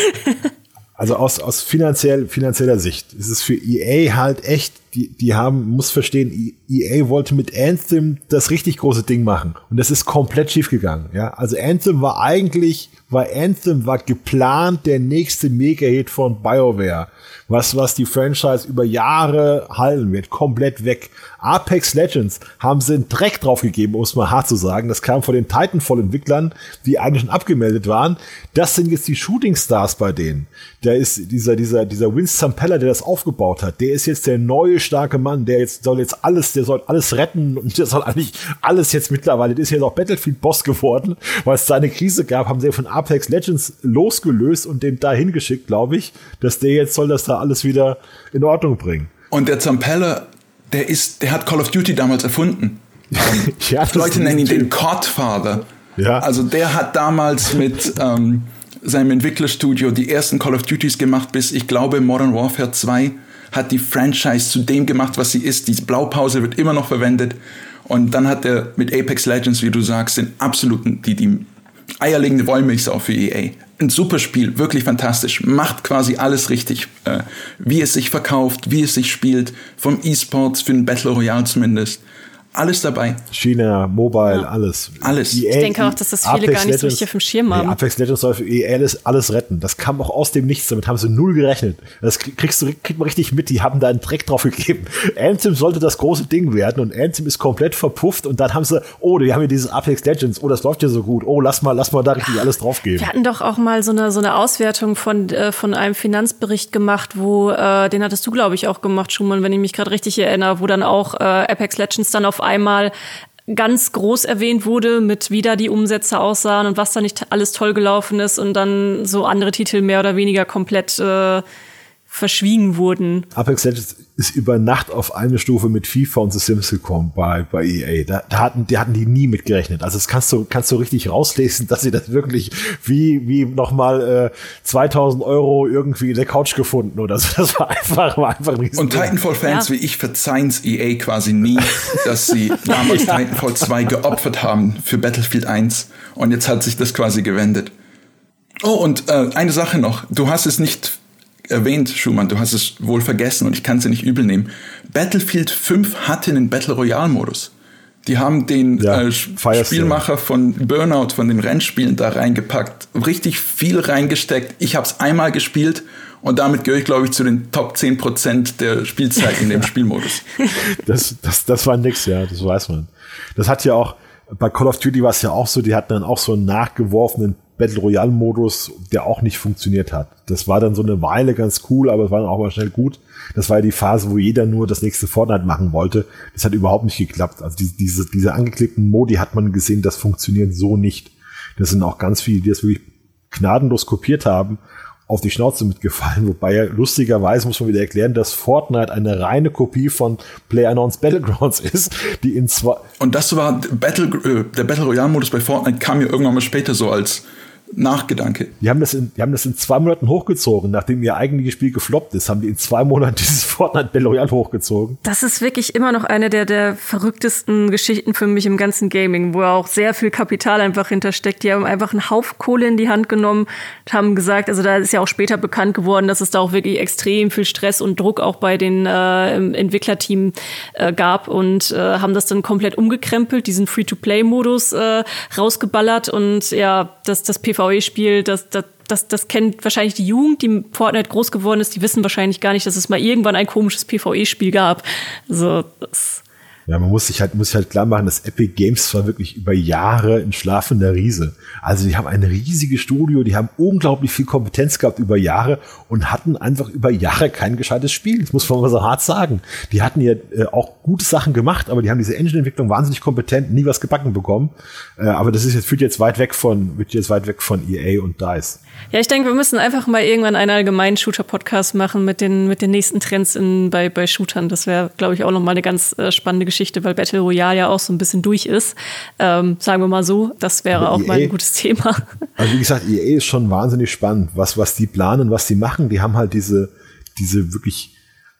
also aus, aus finanziell, finanzieller Sicht ist es für E A halt echt, die, die haben, muss verstehen, E A wollte mit Anthem das richtig große Ding machen. Und das ist komplett schiefgegangen, ja. Also Anthem war eigentlich, war Anthem war geplant der nächste Mega-Hit von BioWare. Was, was die Franchise über Jahre halten wird, komplett weg. Apex Legends haben sie einen Dreck drauf gegeben, um es mal hart zu sagen. Das kam von den Titanfall-Entwicklern, die eigentlich schon abgemeldet waren. Das sind jetzt die Shooting Stars bei denen. Da ist dieser, dieser, dieser Vince Zampella, der das aufgebaut hat. Der ist jetzt der neue starke Mann, der jetzt soll jetzt alles, der soll alles retten und der soll eigentlich alles jetzt mittlerweile, der ist jetzt auch Battlefield-Boss geworden, weil es da eine Krise gab, haben sie von Apex Legends losgelöst und den da hingeschickt, glaube ich, dass der jetzt soll das da alles wieder in Ordnung bringen. Und der Zampella, der ist, der hat Call of Duty damals erfunden. Ja, Leute nennen ihn den Godfather. Ja. Also der hat damals mit ähm, seinem Entwicklerstudio die ersten Call of Duties gemacht, bis ich glaube Modern Warfare zwei hat die Franchise zu dem gemacht, was sie ist. Die Blaupause wird immer noch verwendet. Und dann hat er mit Apex Legends, wie du sagst, den absoluten, die, die eierlegende Wollmilchsau für E A. Ein super Spiel, wirklich fantastisch. Macht quasi alles richtig. Äh, wie es sich verkauft, wie es sich spielt. Vom E-Sports für den Battle Royale zumindest. Alles dabei. China, Mobile, ja. alles. Alles. Ich denke auch, dass das viele Apex gar nicht so richtig auf dem Schirm haben. Nee, Apex Legends soll für E A alles, alles retten. Das kam auch aus dem Nichts. Damit haben sie null gerechnet. Das kriegst du, kriegt man richtig mit. Die haben da einen Dreck drauf gegeben. Anthem sollte das große Ding werden und Anthem ist komplett verpufft und dann haben sie, oh, die haben hier dieses Apex Legends. Oh, das läuft ja so gut. Oh, lass mal, lass mal da richtig alles drauf geben. Wir hatten doch auch mal so eine, so eine Auswertung von, äh, von einem Finanzbericht gemacht, wo, äh, den hattest du, glaube ich, auch gemacht, Schumann, wenn ich mich gerade richtig erinnere, wo dann auch äh, Apex Legends dann auf einmal ganz groß erwähnt wurde, mit wie da die Umsätze aussahen und was da nicht alles toll gelaufen ist und dann so andere Titel mehr oder weniger komplett äh, verschwiegen wurden. Apex Legends ist über Nacht auf eine Stufe mit FIFA und The Sims gekommen bei, bei E A. Da, da hatten, die hatten die nie mitgerechnet. Also das kannst du, kannst du richtig rauslesen, dass sie das wirklich wie, wie nochmal äh, zweitausend Euro irgendwie in der Couch gefunden oder so. Das war einfach, war einfach ein riesen Und Titanfall-Fans ja. wie ich verzeihen's E A quasi nie, dass sie damals ja. Titanfall zwei geopfert haben für Battlefield eins. Und jetzt hat sich das quasi gewendet. Oh, und äh, eine Sache noch. Du hast es nicht erwähnt, Schumann, du hast es wohl vergessen und ich kann es dir nicht übel nehmen. Battlefield fünf hatte einen Battle Royale Modus. Die haben den ja, äh, Spielmacher von Burnout, von den Rennspielen da reingepackt. Richtig viel reingesteckt. Ich habe es einmal gespielt und damit gehöre ich, glaube ich, zu den Top zehn Prozent der Spielzeit in dem Spielmodus. Das, das, das war nix, ja, das weiß man. Das hat ja auch, bei Call of Duty war es ja auch so, die hatten dann auch so einen nachgeworfenen Battle Royale Modus, der auch nicht funktioniert hat. Das war dann so eine Weile ganz cool, aber es war dann auch mal schnell gut. Das war ja die Phase, wo jeder nur das nächste Fortnite machen wollte. Das hat überhaupt nicht geklappt. Also die, diese, diese angeklebten Modi hat man gesehen, das funktioniert so nicht. Das sind auch ganz viele, die das wirklich gnadenlos kopiert haben, auf die Schnauze mitgefallen. Wobei ja lustigerweise muss man wieder erklären, dass Fortnite eine reine Kopie von PlayerUnknown's Battlegrounds ist, die in zwei... Und das war Battle, äh, der Battle Royale Modus bei Fortnite kam ja irgendwann mal später so als Nachgedanke. Die haben das in, die haben das in zwei Monaten hochgezogen, nachdem ihr eigentliches Spiel gefloppt ist, haben die in zwei Monaten dieses Fortnite Battle Royale hochgezogen. Das ist wirklich immer noch eine der, der verrücktesten Geschichten für mich im ganzen Gaming, wo auch sehr viel Kapital einfach hintersteckt. Die haben einfach einen Haufen Kohle in die Hand genommen, haben gesagt, also da ist ja auch später bekannt geworden, dass es da auch wirklich extrem viel Stress und Druck auch bei den äh, Entwicklerteam äh, gab und äh, haben das dann komplett umgekrempelt, diesen Free-to-Play-Modus äh, rausgeballert und ja, das, das P V E-Spiel, das, das, das, das kennt wahrscheinlich die Jugend, die mit Fortnite groß geworden ist, die wissen wahrscheinlich gar nicht, dass es mal irgendwann ein komisches P V E-Spiel gab. Also, das ja, man muss sich halt, muss sich halt klar machen, dass Epic Games war wirklich über Jahre ein schlafender Riese. Also die haben ein riesiges Studio, die haben unglaublich viel Kompetenz gehabt über Jahre und hatten einfach über Jahre kein gescheites Spiel. Das muss man mal so hart sagen. Die hatten ja äh, auch gute Sachen gemacht, aber die haben diese Engine-Entwicklung wahnsinnig kompetent, nie was gebacken bekommen. Äh, aber das ist jetzt, führt jetzt weit weg von, wird jetzt weit weg von E A und DICE. Ja, ich denke, wir müssen einfach mal irgendwann einen allgemeinen Shooter-Podcast machen mit den, mit den nächsten Trends in, bei, bei Shootern. Das wäre, glaube ich, auch noch mal eine ganz äh, spannende Geschichte, weil Battle Royale ja auch so ein bisschen durch ist. Ähm, sagen wir mal so, das wäre auch E A, mal ein gutes Thema. Also wie gesagt, E A ist schon wahnsinnig spannend, was, was die planen, was die machen. Die haben halt diese, diese wirklich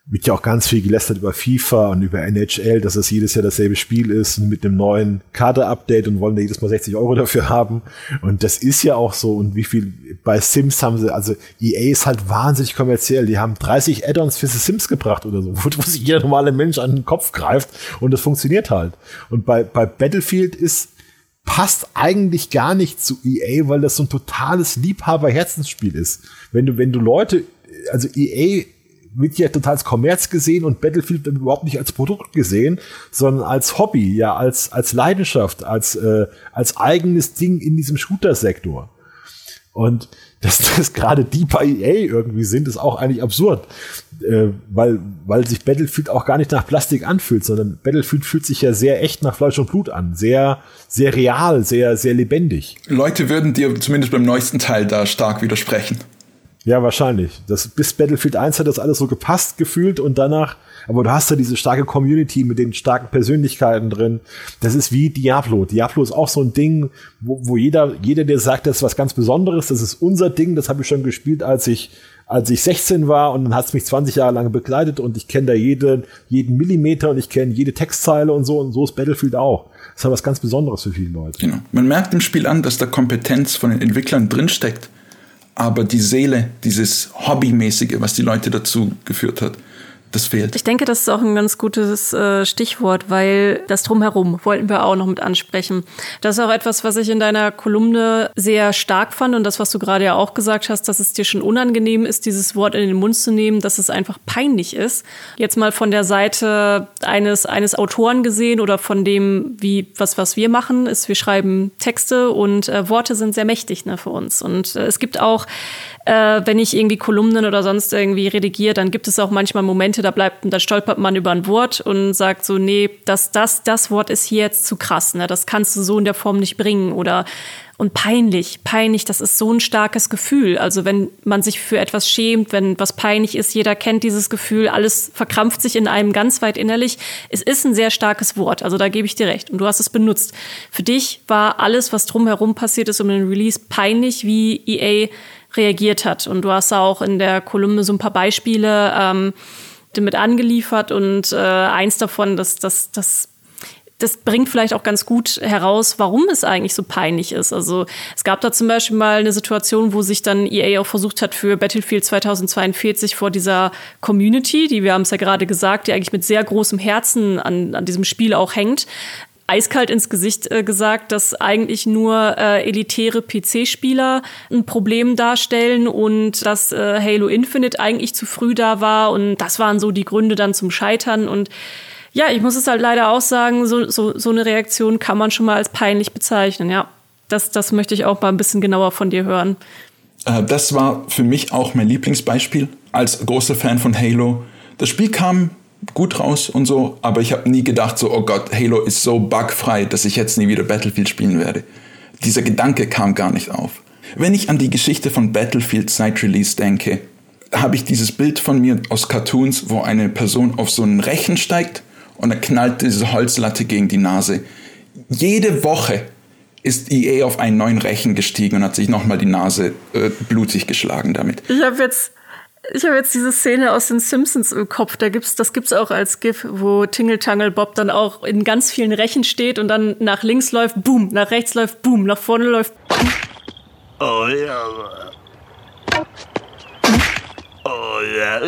wird ja auch ganz viel gelästert über FIFA und über N H L, dass es jedes Jahr dasselbe Spiel ist mit einem neuen Kader-Update und wollen da jedes Mal sechzig Euro dafür haben. Und das ist ja auch so. Und wie viel bei Sims haben sie, also E A ist halt wahnsinnig kommerziell. Die haben dreißig Add-ons für die Sims gebracht oder so, wo sich jeder normale Mensch an den Kopf greift und das funktioniert halt. Und bei, bei Battlefield ist passt eigentlich gar nicht zu E A, weil das so ein totales Liebhaber-Herzensspiel ist. Wenn du, wenn du Leute, also E A wird ja total als Kommerz gesehen und Battlefield wird überhaupt nicht als Produkt gesehen, sondern als Hobby, ja, als, als Leidenschaft, als, äh, als eigenes Ding in diesem Shooter-Sektor. Und dass das gerade die bei E A irgendwie sind, ist auch eigentlich absurd, äh, weil, weil sich Battlefield auch gar nicht nach Plastik anfühlt, sondern Battlefield fühlt sich ja sehr echt nach Fleisch und Blut an, sehr, sehr real, sehr, sehr lebendig. Leute würden dir zumindest beim neuesten Teil da stark widersprechen. Ja, wahrscheinlich. Das, bis Battlefield eins hat das alles so gepasst gefühlt und danach, aber du hast ja diese starke Community mit den starken Persönlichkeiten drin. Das ist wie Diablo. Diablo ist auch so ein Ding, wo, wo jeder, jeder, der sagt, das ist was ganz Besonderes, das ist unser Ding, das habe ich schon gespielt, als ich, als ich sechzehn war und dann hat es mich zwanzig Jahre lang begleitet und ich kenne da jeden, jeden Millimeter und ich kenne jede Textzeile und so und so ist Battlefield auch. Das ist ja was ganz Besonderes für viele Leute. Genau. Man merkt im Spiel an, dass da Kompetenz von den Entwicklern drinsteckt. Aber die Seele, dieses Hobbymäßige, was die Leute dazu geführt hat, das fehlt. Ich denke, das ist auch ein ganz gutes äh, Stichwort, weil das Drumherum wollten wir auch noch mit ansprechen. Das ist auch etwas, was ich in deiner Kolumne sehr stark fand und das, was du gerade ja auch gesagt hast, dass es dir schon unangenehm ist, dieses Wort in den Mund zu nehmen, dass es einfach peinlich ist. Jetzt mal von der Seite eines, eines Autoren gesehen oder von dem, wie was, was wir machen, ist, wir schreiben Texte und äh, Worte sind sehr mächtig, ne, für uns. Und äh, es gibt auch, äh, wenn ich irgendwie Kolumnen oder sonst irgendwie redigiere, dann gibt es auch manchmal Momente, da bleibt, da stolpert man über ein Wort und sagt so, nee, das, das, das Wort ist hier jetzt zu krass, ne? Das kannst du so in der Form nicht bringen oder und peinlich, peinlich, das ist so ein starkes Gefühl. Also wenn man sich für etwas schämt, wenn was peinlich ist, jeder kennt dieses Gefühl, alles verkrampft sich in einem ganz weit innerlich. Es ist ein sehr starkes Wort, also da gebe ich dir recht und du hast es benutzt. Für dich war alles, was drumherum passiert ist um den Release, peinlich, wie E A reagiert hat. Und du hast auch in der Kolumne so ein paar Beispiele ähm, mit angeliefert und äh, eins davon, das, das, das, das bringt vielleicht auch ganz gut heraus, warum es eigentlich so peinlich ist. Also es gab da zum Beispiel mal eine Situation, wo sich dann E A auch versucht hat, für Battlefield zweitausendzweiundvierzig vor dieser Community, die wir haben es ja gerade gesagt, die eigentlich mit sehr großem Herzen an, an diesem Spiel auch hängt, eiskalt ins Gesicht äh, gesagt, dass eigentlich nur äh, elitäre P C-Spieler ein Problem darstellen und dass äh, Halo Infinite eigentlich zu früh da war und das waren so die Gründe dann zum Scheitern und ja, ich muss es halt leider auch sagen, so, so, so eine Reaktion kann man schon mal als peinlich bezeichnen, ja. Das, das möchte ich auch mal ein bisschen genauer von dir hören. Äh, das war für mich auch mein Lieblingsbeispiel als großer Fan von Halo. Das Spiel kam gut raus und so, aber ich habe nie gedacht so, oh Gott, Halo ist so bugfrei, dass ich jetzt nie wieder Battlefield spielen werde. Dieser Gedanke kam gar nicht auf. Wenn ich an die Geschichte von Battlefield seit Release denke, habe ich dieses Bild von mir aus Cartoons, wo eine Person auf so einen Rechen steigt und er knallt diese Holzlatte gegen die Nase. Jede Woche ist E A auf einen neuen Rechen gestiegen und hat sich nochmal die Nase äh, blutig geschlagen damit. Ich habe jetzt Ich habe jetzt diese Szene aus den Simpsons im Kopf. Da gibt's, das gibt's auch als GIF, wo Tingle Tangle Bob dann auch in ganz vielen Rechen steht und dann nach links läuft, boom, nach rechts läuft, boom, nach vorne läuft. Oh ja. Oh ja.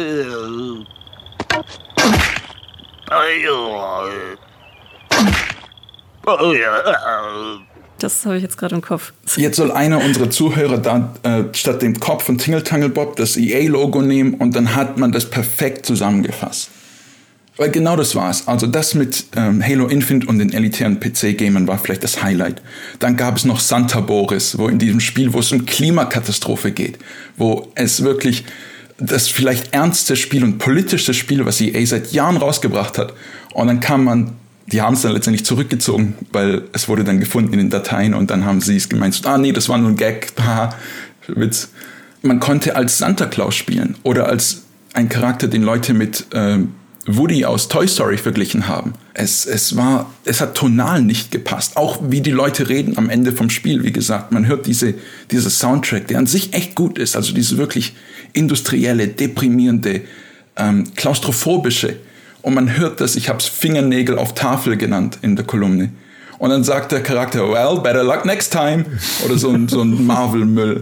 Oh ja. Das habe ich jetzt gerade im Kopf. Jetzt soll einer unserer Zuhörer da äh, statt dem Kopf von Tingle Tangle Bob das E A-Logo nehmen und dann hat man das perfekt zusammengefasst. Weil genau das war's. Also das mit ähm, Halo Infinite und den elitären P C-Gamern war vielleicht das Highlight. Dann gab es noch Santa Boris, wo in diesem Spiel, wo es um Klimakatastrophe geht, wo es wirklich das vielleicht ernste Spiel und politischste Spiel, was E A seit Jahren rausgebracht hat. Und dann kam man, die haben es dann letztendlich zurückgezogen, weil es wurde dann gefunden in den Dateien und dann haben sie es gemeint, ah nee, das war nur ein Gag, haha, Witz. Man konnte als Santa Claus spielen oder als ein Charakter, den Leute mit äh, Woody aus Toy Story verglichen haben. Es, es war, es hat tonal nicht gepasst. Auch wie die Leute reden am Ende vom Spiel, wie gesagt. Man hört diese, diese Soundtrack, der an sich echt gut ist. Also diese wirklich industrielle, deprimierende, ähm, klaustrophobische. Und man hört das, ich habe es Fingernägel auf Tafel genannt in der Kolumne. Und dann sagt der Charakter, well, better luck next time. Oder so ein, so ein Marvel-Müll.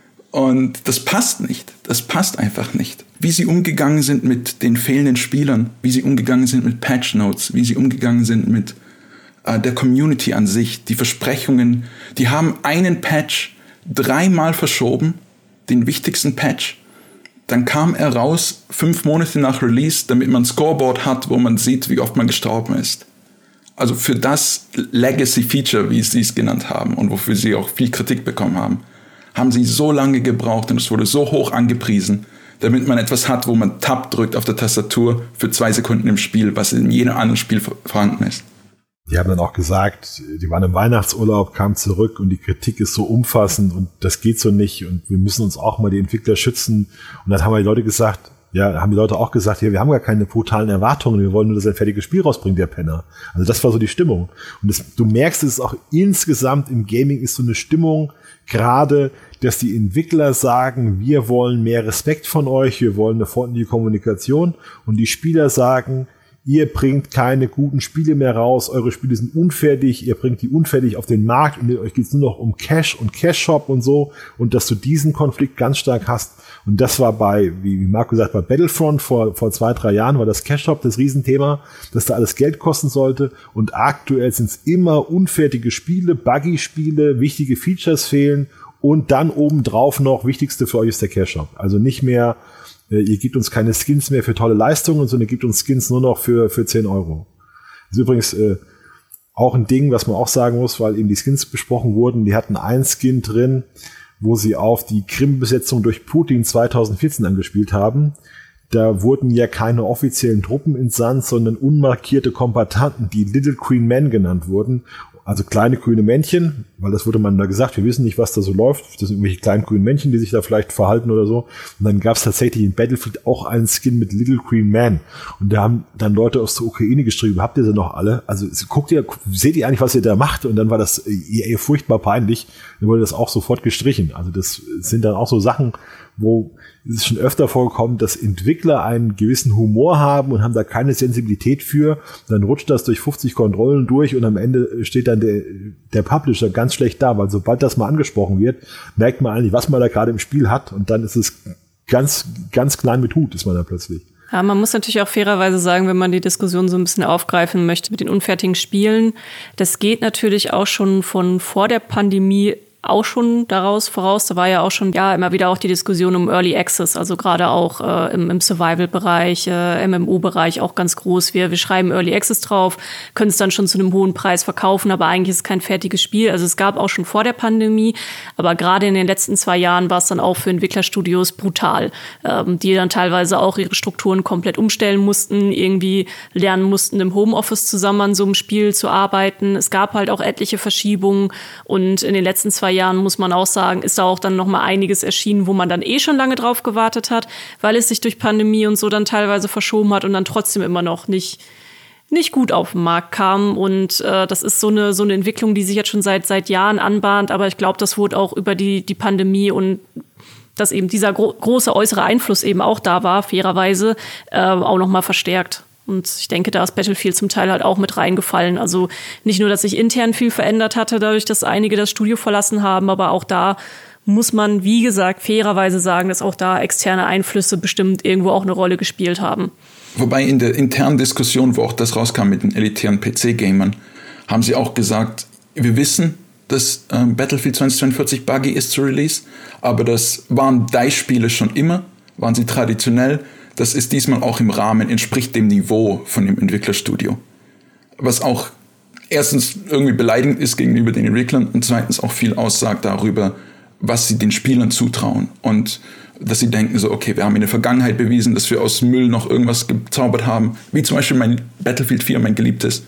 Und das passt nicht. Das passt einfach nicht. Wie sie umgegangen sind mit den fehlenden Spielern, wie sie umgegangen sind mit Patch Notes, wie sie umgegangen sind mit äh, der Community an sich, die Versprechungen. Die haben einen Patch dreimal verschoben, den wichtigsten Patch. Dann kam er raus, fünf Monate nach Release, damit man ein Scoreboard hat, wo man sieht, wie oft man gestorben ist. Also für das Legacy-Feature, wie sie es genannt haben und wofür sie auch viel Kritik bekommen haben, haben sie so lange gebraucht und es wurde so hoch angepriesen, damit man etwas hat, wo man Tab drückt auf der Tastatur für zwei Sekunden im Spiel, was in jedem anderen Spiel vorhanden ist. Die haben dann auch gesagt, die waren im Weihnachtsurlaub, kamen zurück und die Kritik ist so umfassend und das geht so nicht und wir müssen uns auch mal die Entwickler schützen. Und dann haben die Leute gesagt, ja, haben die Leute auch gesagt, ja, wir haben gar keine brutalen Erwartungen, wir wollen nur, dass ein fertiges Spiel rausbringen, der Penner. Also das war so die Stimmung. Und das, du merkst es auch insgesamt im Gaming ist so eine Stimmung, gerade, dass die Entwickler sagen, wir wollen mehr Respekt von euch, wir wollen eine freundliche Kommunikation und die Spieler sagen, ihr bringt keine guten Spiele mehr raus, eure Spiele sind unfertig, ihr bringt die unfertig auf den Markt und euch geht's nur noch um Cash und Cash-Shop und so und dass du diesen Konflikt ganz stark hast. Und das war bei, wie Marco sagt, bei Battlefront vor, vor zwei, drei Jahren war das Cash-Shop das Riesenthema, dass da alles Geld kosten sollte und aktuell sind es immer unfertige Spiele, Buggy-Spiele, wichtige Features fehlen und dann obendrauf noch, wichtigste für euch ist der Cash-Shop. Also nicht mehr ihr gebt uns keine Skins mehr für tolle Leistungen, sondern ihr gebt uns Skins nur noch für, für zehn Euro. Das ist übrigens äh, auch ein Ding, was man auch sagen muss, weil eben die Skins besprochen wurden. Die hatten einen Skin drin, wo sie auf die Krim-Besetzung durch Putin zwanzig vierzehn angespielt haben. Da wurden ja keine offiziellen Truppen entsandt, sondern unmarkierte Kombattanten, die Little Green Men genannt wurden. Also kleine grüne Männchen, weil das wurde man da gesagt, wir wissen nicht, was da so läuft. Das sind irgendwelche kleinen grünen Männchen, die sich da vielleicht verhalten oder so. Und dann gab es tatsächlich in Battlefield auch einen Skin mit Little Green Man. Und da haben dann Leute aus der Ukraine geschrieben, habt ihr sie noch alle? Also guckt ihr, seht ihr eigentlich, was ihr da macht? Und dann war das eher furchtbar peinlich. Dann wurde das auch sofort gestrichen. Also das sind dann auch so Sachen, wo es schon öfter vorkommt, dass Entwickler einen gewissen Humor haben und haben da keine Sensibilität für. Dann rutscht das durch fünfzig Kontrollen durch und am Ende steht dann der, der Publisher ganz schlecht da, weil sobald das mal angesprochen wird, merkt man eigentlich, was man da gerade im Spiel hat und dann ist es ganz, ganz klein mit Hut, ist man da plötzlich. Ja, man muss natürlich auch fairerweise sagen, wenn man die Diskussion so ein bisschen aufgreifen möchte mit den unfertigen Spielen, das geht natürlich auch schon von vor der Pandemie auch schon daraus voraus. Da war ja auch schon ja immer wieder auch die Diskussion um Early Access, also gerade auch äh, im, im Survival-Bereich, äh, M M O-Bereich auch ganz groß. Wir, wir schreiben Early Access drauf, können es dann schon zu einem hohen Preis verkaufen, aber eigentlich ist es kein fertiges Spiel. Also es gab auch schon vor der Pandemie, aber gerade in den letzten zwei Jahren war es dann auch für Entwicklerstudios brutal, ähm, die dann teilweise auch ihre Strukturen komplett umstellen mussten, irgendwie lernen mussten, im Homeoffice zusammen an so einem Spiel zu arbeiten. Es gab halt auch etliche Verschiebungen und in den letzten zwei Jahren, muss man auch sagen, ist da auch dann noch mal einiges erschienen, wo man dann eh schon lange drauf gewartet hat, weil es sich durch Pandemie und so dann teilweise verschoben hat und dann trotzdem immer noch nicht nicht gut auf den Markt kam. Und äh, das ist so eine so eine Entwicklung, die sich jetzt schon seit seit Jahren anbahnt. Aber ich glaube, das wurde auch über die die Pandemie und dass eben dieser gro- große äußere Einfluss eben auch da war, fairerweise, äh, auch noch mal verstärkt. Und ich denke, da ist Battlefield zum Teil halt auch mit reingefallen. Also nicht nur, dass sich intern viel verändert hatte, dadurch, dass einige das Studio verlassen haben, aber auch da muss man, wie gesagt, fairerweise sagen, dass auch da externe Einflüsse bestimmt irgendwo auch eine Rolle gespielt haben. Wobei in der internen Diskussion, wo auch das rauskam mit den elitären P C-Gamern, haben sie auch gesagt, wir wissen, dass ähm, Battlefield zwanzig zweiundvierzig buggy ist zu Release, aber das waren D I C E-Spiele schon immer, waren sie traditionell. Das ist diesmal auch im Rahmen, entspricht dem Niveau von dem Entwicklerstudio. Was auch erstens irgendwie beleidigend ist gegenüber den Entwicklern und zweitens auch viel aussagt darüber, was sie den Spielern zutrauen. Und dass sie denken so, okay, wir haben in der Vergangenheit bewiesen, dass wir aus Müll noch irgendwas gezaubert haben, wie zum Beispiel mein Battlefield vier, mein geliebtes.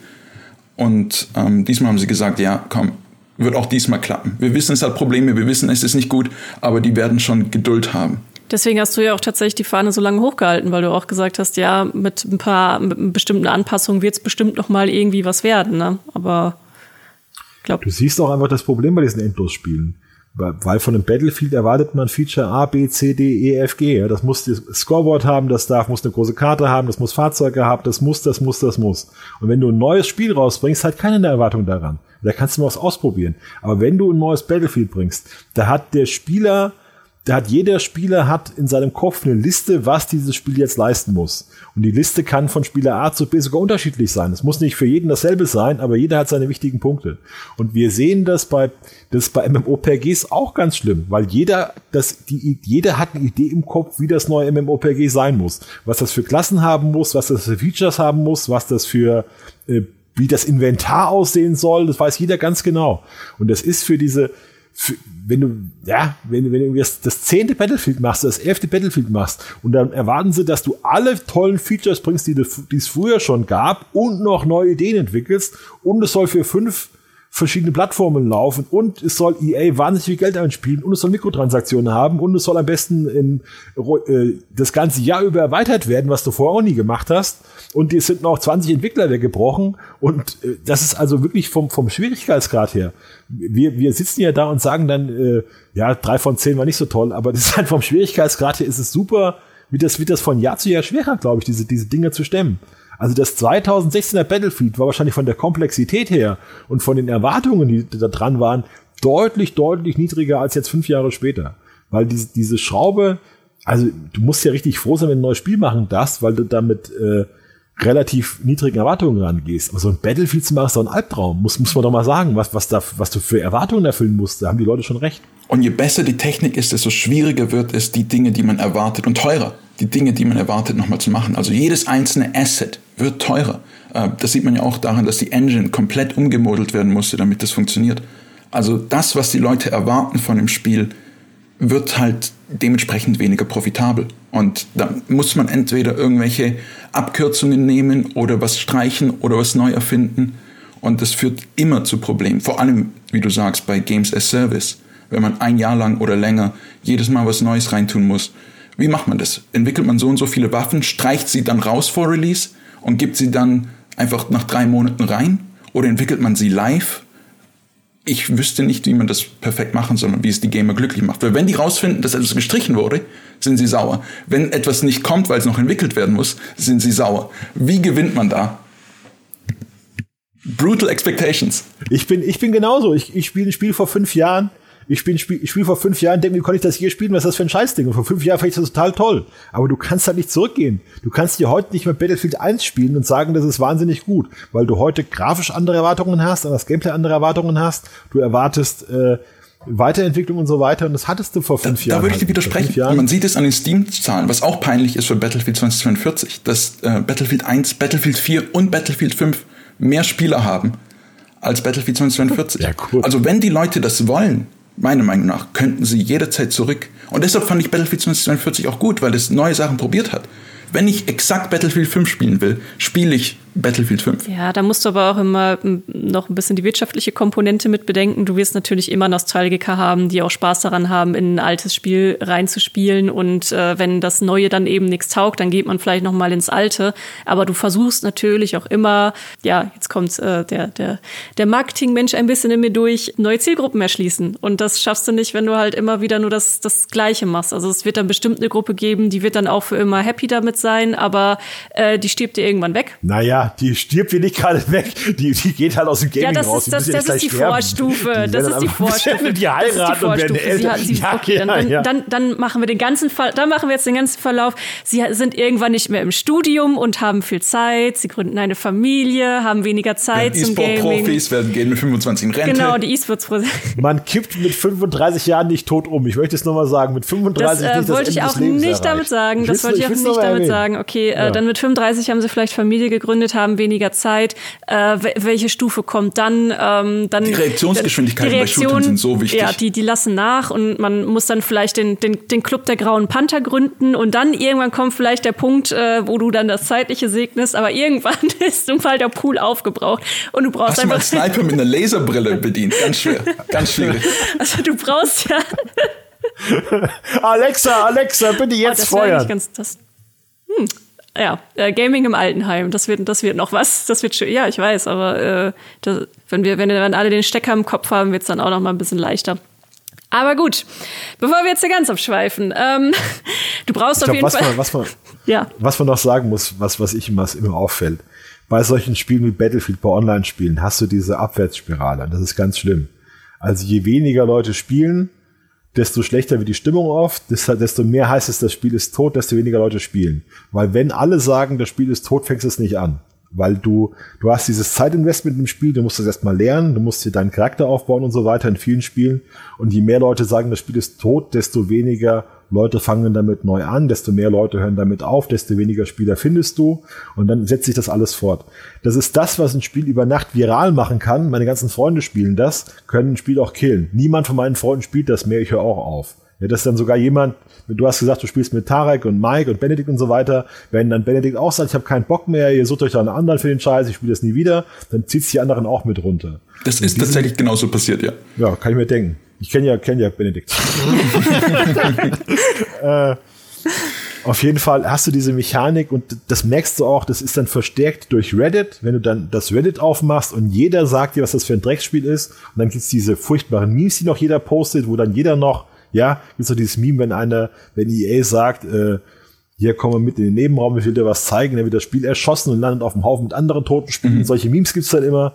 Und ähm, diesmal haben sie gesagt, ja, komm, wird auch diesmal klappen. Wir wissen, es hat Probleme, wir wissen, es ist nicht gut, aber die werden schon Geduld haben. Deswegen hast du ja auch tatsächlich die Fahne so lange hochgehalten, weil du auch gesagt hast, ja, mit ein paar mit bestimmten Anpassungen wird es bestimmt noch mal irgendwie was werden, ne? Aber ich glaube, du siehst auch einfach das Problem bei diesen Endlosspielen. Weil von einem Battlefield erwartet man Feature A, B, C, D, E, F, G. Ja, das muss das Scoreboard haben, das darf, muss eine große Karte haben, das muss Fahrzeuge haben, das muss, das muss, das muss. Und wenn du ein neues Spiel rausbringst, hat keiner eine Erwartung daran. Da kannst du mal was ausprobieren. Aber wenn du ein neues Battlefield bringst, da hat der Spieler, da hat jeder Spieler hat in seinem Kopf eine Liste, was dieses Spiel jetzt leisten muss. Und die Liste kann von Spieler A zu B sogar unterschiedlich sein. Es muss nicht für jeden dasselbe sein, aber jeder hat seine wichtigen Punkte. Und wir sehen das bei, das ist bei MMORPGs auch ganz schlimm, weil jeder, das, die, jeder hat eine Idee im Kopf, wie das neue MMORPG sein muss. Was das für Klassen haben muss, was das für Features haben muss, was das für, äh, wie das Inventar aussehen soll, das weiß jeder ganz genau. Und das ist für diese, für, wenn du, ja, wenn, wenn du das, das zehnte Battlefield machst, das elfte Battlefield machst und dann erwarten sie, dass du alle tollen Features bringst, die, die es früher schon gab und noch neue Ideen entwickelst und es soll für fünf verschiedene Plattformen laufen und es soll E A wahnsinnig viel Geld einspielen und es soll Mikrotransaktionen haben und es soll am besten in, äh, das ganze Jahr über erweitert werden, was du vorher auch nie gemacht hast. Und es sind noch zwanzig Entwickler weggebrochen und äh, das ist also wirklich vom, vom Schwierigkeitsgrad her. Wir, wir sitzen ja da und sagen dann, äh, ja, drei von zehn war nicht so toll, aber das ist halt vom Schwierigkeitsgrad her ist es super, wie das, wird das von Jahr zu Jahr schwerer, glaube ich, diese, diese Dinge zu stemmen. Also das zweitausendsechzehner Battlefield war wahrscheinlich von der Komplexität her und von den Erwartungen, die da dran waren, deutlich, deutlich niedriger als jetzt fünf Jahre später. Weil diese, diese Schraube, also du musst ja richtig froh sein, wenn du ein neues Spiel machen darfst, weil du damit äh, relativ niedrigen Erwartungen rangehst. Aber so ein Battlefield zu machen ist doch ein Albtraum. Muss, muss man doch mal sagen, was, was, da, was du für Erwartungen erfüllen musst. Da haben die Leute schon recht. Und je besser die Technik ist, desto schwieriger wird es, die Dinge, die man erwartet, und teurer, die Dinge, die man erwartet, nochmal zu machen. Also jedes einzelne Asset wird teurer. Das sieht man ja auch daran, dass die Engine komplett umgemodelt werden musste, damit das funktioniert. Also das, was die Leute erwarten von dem Spiel, wird halt dementsprechend weniger profitabel. Und da muss man entweder irgendwelche Abkürzungen nehmen oder was streichen oder was neu erfinden. Und das führt immer zu Problemen. Vor allem, wie du sagst, bei Games as Service. Wenn man ein Jahr lang oder länger jedes Mal was Neues reintun muss. Wie macht man das? Entwickelt man so und so viele Waffen, streicht sie dann raus vor Release und gibt sie dann einfach nach drei Monaten rein? Oder entwickelt man sie live? Ich wüsste nicht, wie man das perfekt machen soll und wie es die Gamer glücklich macht. Weil wenn die rausfinden, dass etwas gestrichen wurde, sind sie sauer. Wenn etwas nicht kommt, weil es noch entwickelt werden muss, sind sie sauer. Wie gewinnt man da? Brutal Expectations. Ich bin, ich bin genauso. Ich, ich spiele ein Spiel vor fünf Jahren. Ich spiele ein Spiel, ich spiele vor fünf Jahren, denke, wie konnte ich das hier spielen? Was ist das für ein Scheißding? Und vor fünf Jahren fand ich das total toll. Aber du kannst halt nicht zurückgehen. Du kannst dir heute nicht mehr Battlefield eins spielen und sagen, das ist wahnsinnig gut. Weil du heute grafisch andere Erwartungen hast, an das Gameplay andere Erwartungen hast. Du erwartest äh, Weiterentwicklung und so weiter. Und das hattest du vor fünf da, Jahren. Da würde ich dir widersprechen. Man sieht es an den Steam-Zahlen, was auch peinlich ist für Battlefield zweitausendzweiundvierzig, dass äh, Battlefield eins, Battlefield vier und Battlefield fünf mehr Spieler haben als Battlefield zweitausendzweiundvierzig. Ja, cool. Also wenn die Leute das wollen, meiner Meinung nach, könnten sie jederzeit zurück. Und deshalb fand ich Battlefield zweitausendzweiundvierzig auch gut, weil es neue Sachen probiert hat. Wenn ich exakt Battlefield fünf spielen will, spiele ich Battlefield fünf. Ja, da musst du aber auch immer noch ein bisschen die wirtschaftliche Komponente mit bedenken. Du wirst natürlich immer Nostalgiker haben, die auch Spaß daran haben, in ein altes Spiel reinzuspielen. Und äh, wenn das Neue dann eben nichts taugt, dann geht man vielleicht noch mal ins Alte. Aber du versuchst natürlich auch immer, ja, jetzt kommt äh, der, der, der Marketingmensch ein bisschen in mir durch, neue Zielgruppen erschließen. Und das schaffst du nicht, wenn du halt immer wieder nur das, das Gleiche machst. Also es wird dann bestimmt eine Gruppe geben, die wird dann auch für immer happy damit sein, aber äh, die stirbt dir irgendwann weg. Naja, die stirbt hier nicht gerade weg. Die, die geht halt aus dem Gaming ja, das raus. Ist, das, das ist die sterben. Vorstufe. Die das ist die Vorstufe. Die heiraten und werden älter. Sie, sie, ja, okay, ja, dann, ja. Dann, dann machen wir den ganzen Fall, dann machen wir jetzt den ganzen Verlauf. Sie sind irgendwann nicht mehr im Studium und haben viel Zeit. Sie gründen eine Familie, haben weniger Zeit ja, zum Gaming. E-Sport-Profis werden gehen mit fünfundzwanzig in Rente. Genau, die E-Sports-Profis. Man kippt mit fünfunddreißig Jahren nicht tot um. Ich möchte es nochmal sagen. Mit fünfunddreißig das, äh, nicht wollte das ich Ende auch des Lebens nicht erreicht. damit sagen. Ich das wollte ich auch nicht damit erwähnen. sagen. Okay, ja. äh, dann mit fünfunddreißig haben sie vielleicht Familie gegründet, haben weniger Zeit. Äh, welche Stufe kommt dann? Ähm, dann die Reaktionsgeschwindigkeiten die Reaktion, bei Shootern sind so wichtig. Ja, die, die lassen nach und man muss dann vielleicht den, den, den Club der Grauen Panther gründen und dann irgendwann kommt vielleicht der Punkt, äh, wo du dann das Zeitliche segnest, aber irgendwann ist zum Fall der Pool aufgebraucht und du brauchst Hast einfach... Hast du mal einen Sniper mit einer Laserbrille bedient? Ganz schwer, ganz schwierig. Also du brauchst ja... Alexa, Alexa, bitte jetzt oh, das feuern. Ganz, das, hm. Ja, äh, Gaming im Altenheim, das wird, das wird noch was. Das wird schön. Ja, ich weiß, aber äh, das, wenn wir, wenn wir dann alle den Stecker im Kopf haben, wird es dann auch noch mal ein bisschen leichter. Aber gut, bevor wir jetzt hier ganz abschweifen, ähm, du brauchst ich auf glaub, jeden was Fall... Man, was, man, ja. was man noch sagen muss, was, was ich immer, was immer auffällt, bei solchen Spielen wie Battlefield, bei Online-Spielen, hast du diese Abwärtsspirale. Und das ist ganz schlimm. Also je weniger Leute spielen, desto schlechter wird die Stimmung oft, desto mehr heißt es, das Spiel ist tot, desto weniger Leute spielen. Weil wenn alle sagen, das Spiel ist tot, fängst du es nicht an. Weil du, du hast dieses Zeitinvestment im Spiel, du musst das erstmal lernen, du musst dir deinen Charakter aufbauen und so weiter in vielen Spielen. Und je mehr Leute sagen, das Spiel ist tot, desto weniger Leute fangen damit neu an, desto mehr Leute hören damit auf, desto weniger Spieler findest du und dann setzt sich das alles fort. Das ist das, was ein Spiel über Nacht viral machen kann. Meine ganzen Freunde spielen das, können ein Spiel auch killen. Niemand von meinen Freunden spielt das mehr, ich höre auch auf. Ja, das ist dann sogar jemand, du hast gesagt, du spielst mit Tarek und Mike und Benedikt und so weiter. Wenn dann Benedikt auch sagt, ich habe keinen Bock mehr, ihr sucht euch da einen anderen für den Scheiß, ich spiele das nie wieder, dann zieht's die anderen auch mit runter. Das ist diesen, tatsächlich genauso passiert, ja. Ja, kann ich mir denken. Ich kenne ja, kenn ja Benedikt. äh, auf jeden Fall hast du diese Mechanik und das merkst du auch, das ist dann verstärkt durch Reddit, wenn du dann das Reddit aufmachst und jeder sagt dir, was das für ein Drecksspiel ist und dann gibt's diese furchtbaren Memes, die noch jeder postet, wo dann jeder noch, ja, gibt's so dieses Meme, wenn einer, wenn E A sagt, äh, hier kommen wir mit in den Nebenraum, ich will dir was zeigen, dann wird das Spiel erschossen und landet auf dem Haufen mit anderen toten Spielen. Mhm. Solche Memes gibt's dann immer.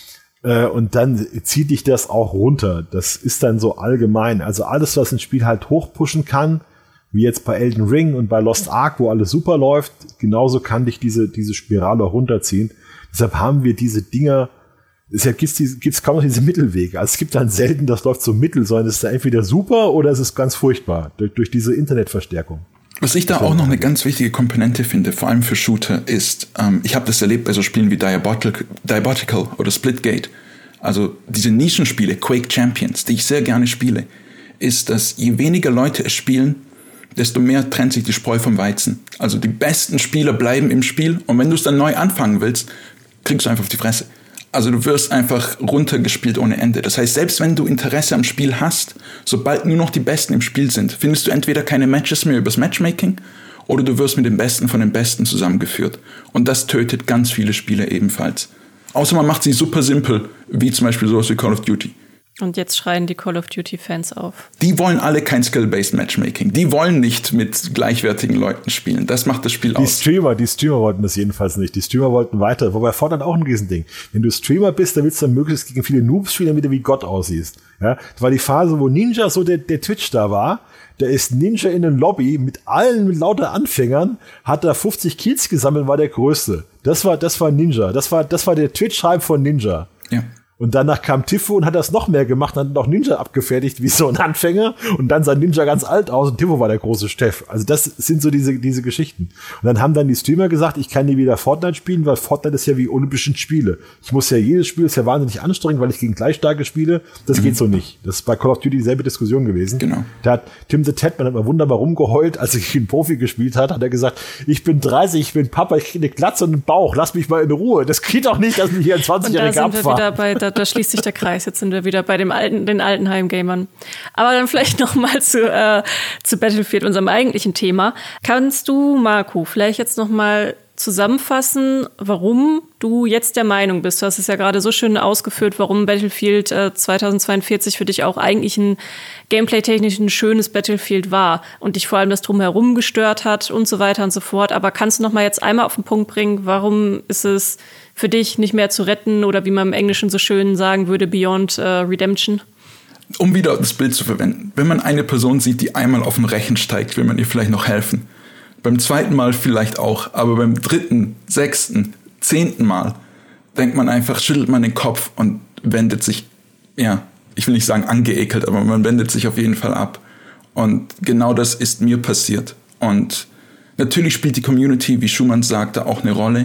Und dann zieht dich das auch runter. Das ist dann so allgemein. Also alles, was ein Spiel halt hochpushen kann, wie jetzt bei Elden Ring und bei Lost Ark, wo alles super läuft, genauso kann dich diese, diese Spirale runterziehen. Deshalb haben wir diese Dinger, deshalb gibt's diese, gibt's kaum noch diese Mittelwege. Also es gibt dann selten, das läuft so mittel, sondern es ist da entweder super oder es ist ganz furchtbar, durch, durch diese Internetverstärkung. Was ich da auch noch eine ganz wichtige Komponente finde, vor allem für Shooter, ist, ähm, ich habe das erlebt bei so Spielen wie Diabotical, Diabotical oder Splitgate, also diese Nischenspiele, Quake Champions, die ich sehr gerne spiele, ist, dass je weniger Leute es spielen, desto mehr trennt sich die Spreu vom Weizen. Also die besten Spieler bleiben im Spiel und wenn du es dann neu anfangen willst, kriegst du einfach auf die Fresse. Also du wirst einfach runtergespielt ohne Ende. Das heißt, selbst wenn du Interesse am Spiel hast, sobald nur noch die Besten im Spiel sind, findest du entweder keine Matches mehr übers Matchmaking oder du wirst mit den Besten von den Besten zusammengeführt. Und das tötet ganz viele Spiele ebenfalls. Außer man macht sie super simpel, wie zum Beispiel sowas wie Call of Duty. Und jetzt schreien die Call of Duty-Fans auf. Die wollen alle kein Skill-Based Matchmaking. Die wollen nicht mit gleichwertigen Leuten spielen. Das macht das Spiel die aus. Streamer, die Streamer wollten das jedenfalls nicht. Die Streamer wollten weiter. Wobei Fortnite auch ein Riesending. Wenn du Streamer bist, dann willst du dann möglichst gegen viele Noobs spielen, damit du wie Gott aussiehst. Ja, das war die Phase, wo Ninja so der, der Twitch da war. Da ist Ninja in den Lobby mit allen, mit lauter Anfängern, hat da fünfzig Kills gesammelt, war der Größte. Das war, das war Ninja. Das war, das war der Twitch-Hype von Ninja. Ja. Und danach kam Tifo und hat das noch mehr gemacht, hat noch Ninja abgefertigt wie so ein Anfänger und dann sah Ninja ganz alt aus und Tifo war der große Steff. Also das sind so diese diese Geschichten. Und dann haben dann die Streamer gesagt, ich kann nie wieder Fortnite spielen, weil Fortnite ist ja wie Olympischen Spiele. Ich muss ja, jedes Spiel ist ja wahnsinnig anstrengend, weil ich gegen gleich starke spiele. Das mhm. geht so nicht. Das ist bei Call of Duty dieselbe Diskussion gewesen. Genau. Da hat Tim the Tatman hat mal wunderbar rumgeheult, als er gegen einen Profi gespielt hat, hat er gesagt, ich bin dreißig, ich bin Papa, ich kriege eine Glatze und einen Bauch, lass mich mal in Ruhe. Das geht doch nicht, dass mich hier ein zwanzigjähriger abfahrt. Da, da schließt sich der Kreis. Jetzt sind wir wieder bei dem alten, den alten Heimgamern. Aber dann vielleicht noch mal zu, äh, zu Battlefield, unserem eigentlichen Thema. Kannst du, Marco, vielleicht jetzt noch mal zusammenfassen, warum du jetzt der Meinung bist? Du hast es ja gerade so schön ausgeführt, warum Battlefield äh, zweitausendzweiundvierzig für dich auch eigentlich ein gameplay-technisch ein schönes Battlefield war und dich vor allem das Drumherum gestört hat und so weiter und so fort. Aber kannst du noch mal jetzt einmal auf den Punkt bringen, warum ist es für dich nicht mehr zu retten oder wie man im Englischen so schön sagen würde, Beyond äh, Redemption? Um wieder das Bild zu verwenden. Wenn man eine Person sieht, die einmal auf den Rechen steigt, will man ihr vielleicht noch helfen. Beim zweiten Mal vielleicht auch, aber beim dritten, sechsten, zehnten Mal denkt man einfach, schüttelt man den Kopf und wendet sich, ja, ich will nicht sagen angeekelt, aber man wendet sich auf jeden Fall ab. Und genau das ist mir passiert. Und natürlich spielt die Community, wie Schumann sagte, auch eine Rolle.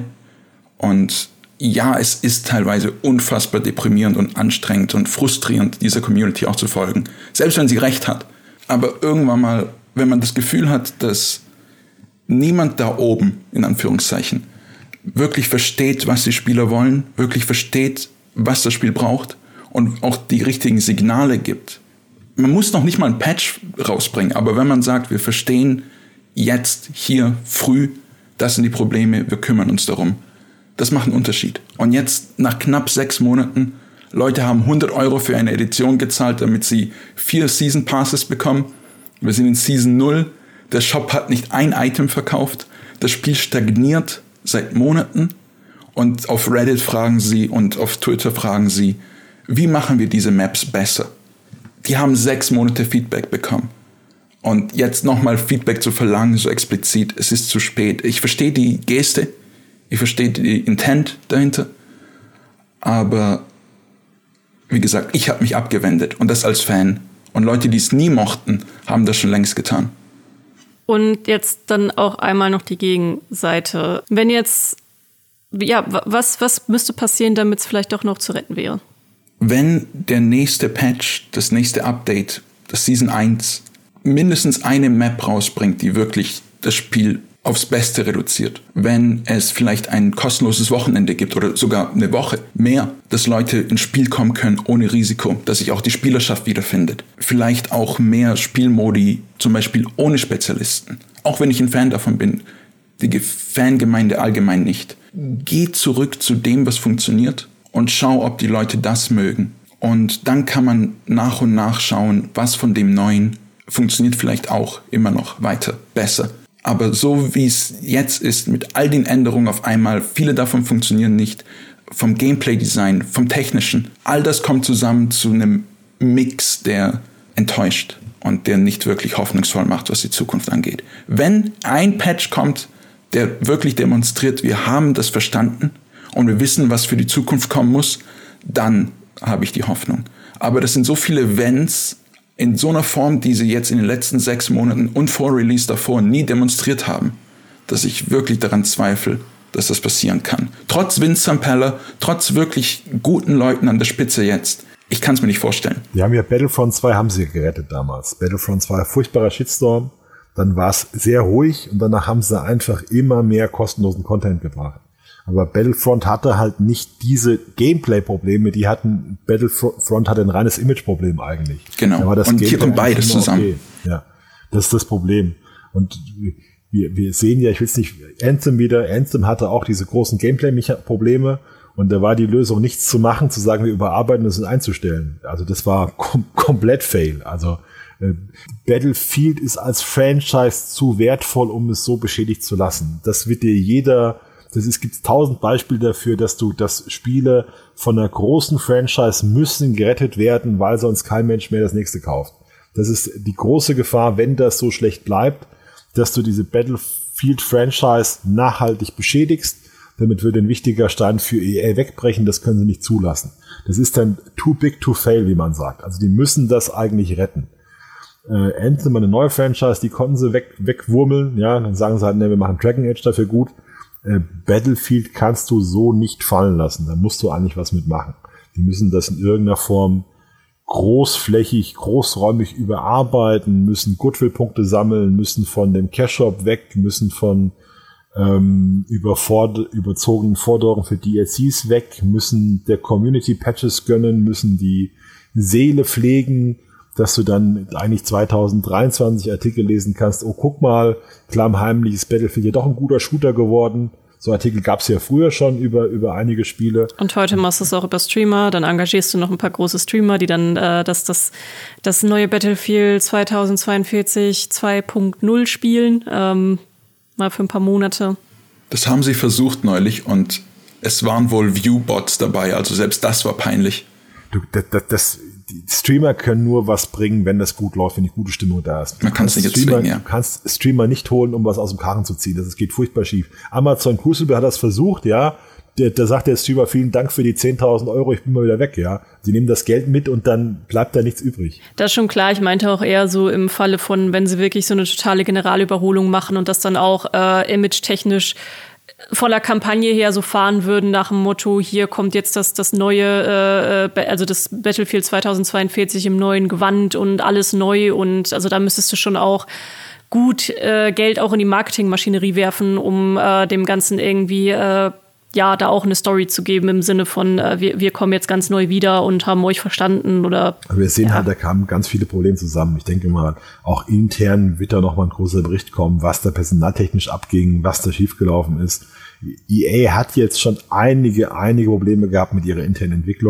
Und ja, es ist teilweise unfassbar deprimierend und anstrengend und frustrierend, dieser Community auch zu folgen. Selbst wenn sie recht hat. Aber irgendwann mal, wenn man das Gefühl hat, dass niemand da oben, in Anführungszeichen, wirklich versteht, was die Spieler wollen, wirklich versteht, was das Spiel braucht und auch die richtigen Signale gibt. Man muss noch nicht mal ein Patch rausbringen, aber wenn man sagt, wir verstehen jetzt, hier, früh, das sind die Probleme, wir kümmern uns darum. Das macht einen Unterschied. Und jetzt, nach knapp sechs Monaten, Leute haben hundert Euro für eine Edition gezahlt, damit sie vier Season Passes bekommen. Wir sind in Season null. Der Shop hat nicht ein Item verkauft. Das Spiel stagniert seit Monaten. Und auf Reddit fragen sie und auf Twitter fragen sie, wie machen wir diese Maps besser? Die haben sechs Monate Feedback bekommen. Und jetzt nochmal Feedback zu verlangen, so explizit, es ist zu spät. Ich verstehe die Geste, ich verstehe die Intent dahinter, aber wie gesagt, ich habe mich abgewendet und das als Fan. Und Leute, die es nie mochten, haben das schon längst getan. Und jetzt dann auch einmal noch die Gegenseite. Wenn jetzt, ja, was, was müsste passieren, damit es vielleicht doch noch zu retten wäre? Wenn der nächste Patch, das nächste Update, das Season eins, mindestens eine Map rausbringt, die wirklich das Spiel aufs Beste reduziert. Wenn es vielleicht ein kostenloses Wochenende gibt oder sogar eine Woche mehr, dass Leute ins Spiel kommen können ohne Risiko, dass sich auch die Spielerschaft wiederfindet. Vielleicht auch mehr Spielmodi, zum Beispiel ohne Spezialisten. Auch wenn ich ein Fan davon bin, die Fangemeinde allgemein nicht. Geh zurück zu dem, was funktioniert und schau, ob die Leute das mögen. Und dann kann man nach und nach schauen, was von dem Neuen funktioniert vielleicht auch immer noch weiter, besser. Aber so wie es jetzt ist, mit all den Änderungen auf einmal, viele davon funktionieren nicht, vom Gameplay-Design, vom Technischen, all das kommt zusammen zu einem Mix, der enttäuscht und der nicht wirklich hoffnungsvoll macht, was die Zukunft angeht. Wenn ein Patch kommt, der wirklich demonstriert, wir haben das verstanden und wir wissen, was für die Zukunft kommen muss, dann habe ich die Hoffnung. Aber das sind so viele Wenns, in so einer Form, die sie jetzt in den letzten sechs Monaten und vor Release davor nie demonstriert haben, dass ich wirklich daran zweifle, dass das passieren kann. Trotz Vince Zampella, trotz wirklich guten Leuten an der Spitze jetzt, ich kann es mir nicht vorstellen. Die haben ja Battlefront zwei haben sie gerettet damals. Battlefront zwei, furchtbarer Shitstorm, dann war es sehr ruhig und danach haben sie einfach immer mehr kostenlosen Content gebracht. Aber Battlefront hatte halt nicht diese Gameplay-Probleme, die hatten, Battlefront hatte ein reines Image-Problem eigentlich. Genau, da war das und Gameplay hier kommt beides zusammen. Okay. Ja, das ist das Problem. Und wir, wir sehen ja, ich will es nicht, Anthem wieder, Anthem hatte auch diese großen Gameplay-Probleme und da war die Lösung nichts zu machen, zu sagen, wir überarbeiten das und einzustellen. Also das war kom- komplett fail. Also äh, Battlefield ist als Franchise zu wertvoll, um es so beschädigt zu lassen. Das wird dir jeder Das ist, gibt tausend Beispiele dafür, dass du, dass Spiele von einer großen Franchise müssen gerettet werden, weil sonst kein Mensch mehr das nächste kauft. Das ist die große Gefahr, wenn das so schlecht bleibt, dass du diese Battlefield-Franchise nachhaltig beschädigst. Damit würde ein wichtiger Stein für E A wegbrechen. Das können sie nicht zulassen. Das ist dann too big to fail, wie man sagt. Also die müssen das eigentlich retten. Äh, Anthem, eine neue Franchise, die konnten sie weg, wegwurmeln. Ja, dann sagen sie halt, ne, wir machen Dragon Age dafür gut. Battlefield kannst du so nicht fallen lassen. Da musst du eigentlich was mitmachen. Die müssen das in irgendeiner Form großflächig, großräumig überarbeiten, müssen Goodwill-Punkte sammeln, müssen von dem Cash-Shop weg, müssen von ähm, überford- überzogenen Forderungen für D L Cs weg, müssen der Community-Patches gönnen, müssen die Seele pflegen, dass du dann eigentlich zwanzig dreiundzwanzig Artikel lesen kannst, oh, guck mal, klammheimlich ist Battlefield ja doch ein guter Shooter geworden. So Artikel gab es ja früher schon über, über einige Spiele. Und heute machst du es auch über Streamer, dann engagierst du noch ein paar große Streamer, die dann äh, das, das, das neue Battlefield zweitausendzweiundvierzig zwei Punkt null spielen, ähm, mal für ein paar Monate. Das haben sie versucht neulich und es waren wohl Viewbots dabei, also selbst das war peinlich. Du, das, das, das Die Streamer können nur was bringen, wenn das gut läuft, wenn die gute Stimmung da ist. Du Man kann es nicht Streamer, zwingen, ja. Du kannst Streamer nicht holen, um was aus dem Karren zu ziehen. Das geht furchtbar schief. Amazon Crucible hat das versucht, ja. Da sagt der Streamer, vielen Dank für die zehntausend Euro, ich bin mal wieder weg, ja. Sie nehmen das Geld mit und dann bleibt da nichts übrig. Das ist schon klar. Ich meinte auch eher so im Falle von, wenn sie wirklich so eine totale Generalüberholung machen und das dann auch äh, image-technisch von der Kampagne her so fahren würden nach dem Motto, hier kommt jetzt das, das neue, äh, also das Battlefield zweitausendzweiundvierzig im neuen Gewand und alles neu und also da müsstest du schon auch gut äh, Geld auch in die Marketingmaschinerie werfen, um äh, dem Ganzen irgendwie äh, ja da auch eine Story zu geben im Sinne von, äh, wir, wir kommen jetzt ganz neu wieder und haben euch verstanden oder. Aber wir sehen ja. halt, da kamen ganz viele Probleme zusammen. Ich denke mal, auch intern wird da noch mal ein großer Bericht kommen, was da personaltechnisch abging, was da schiefgelaufen ist. E A hat jetzt schon einige, einige Probleme gehabt mit ihrer internen Entwicklung.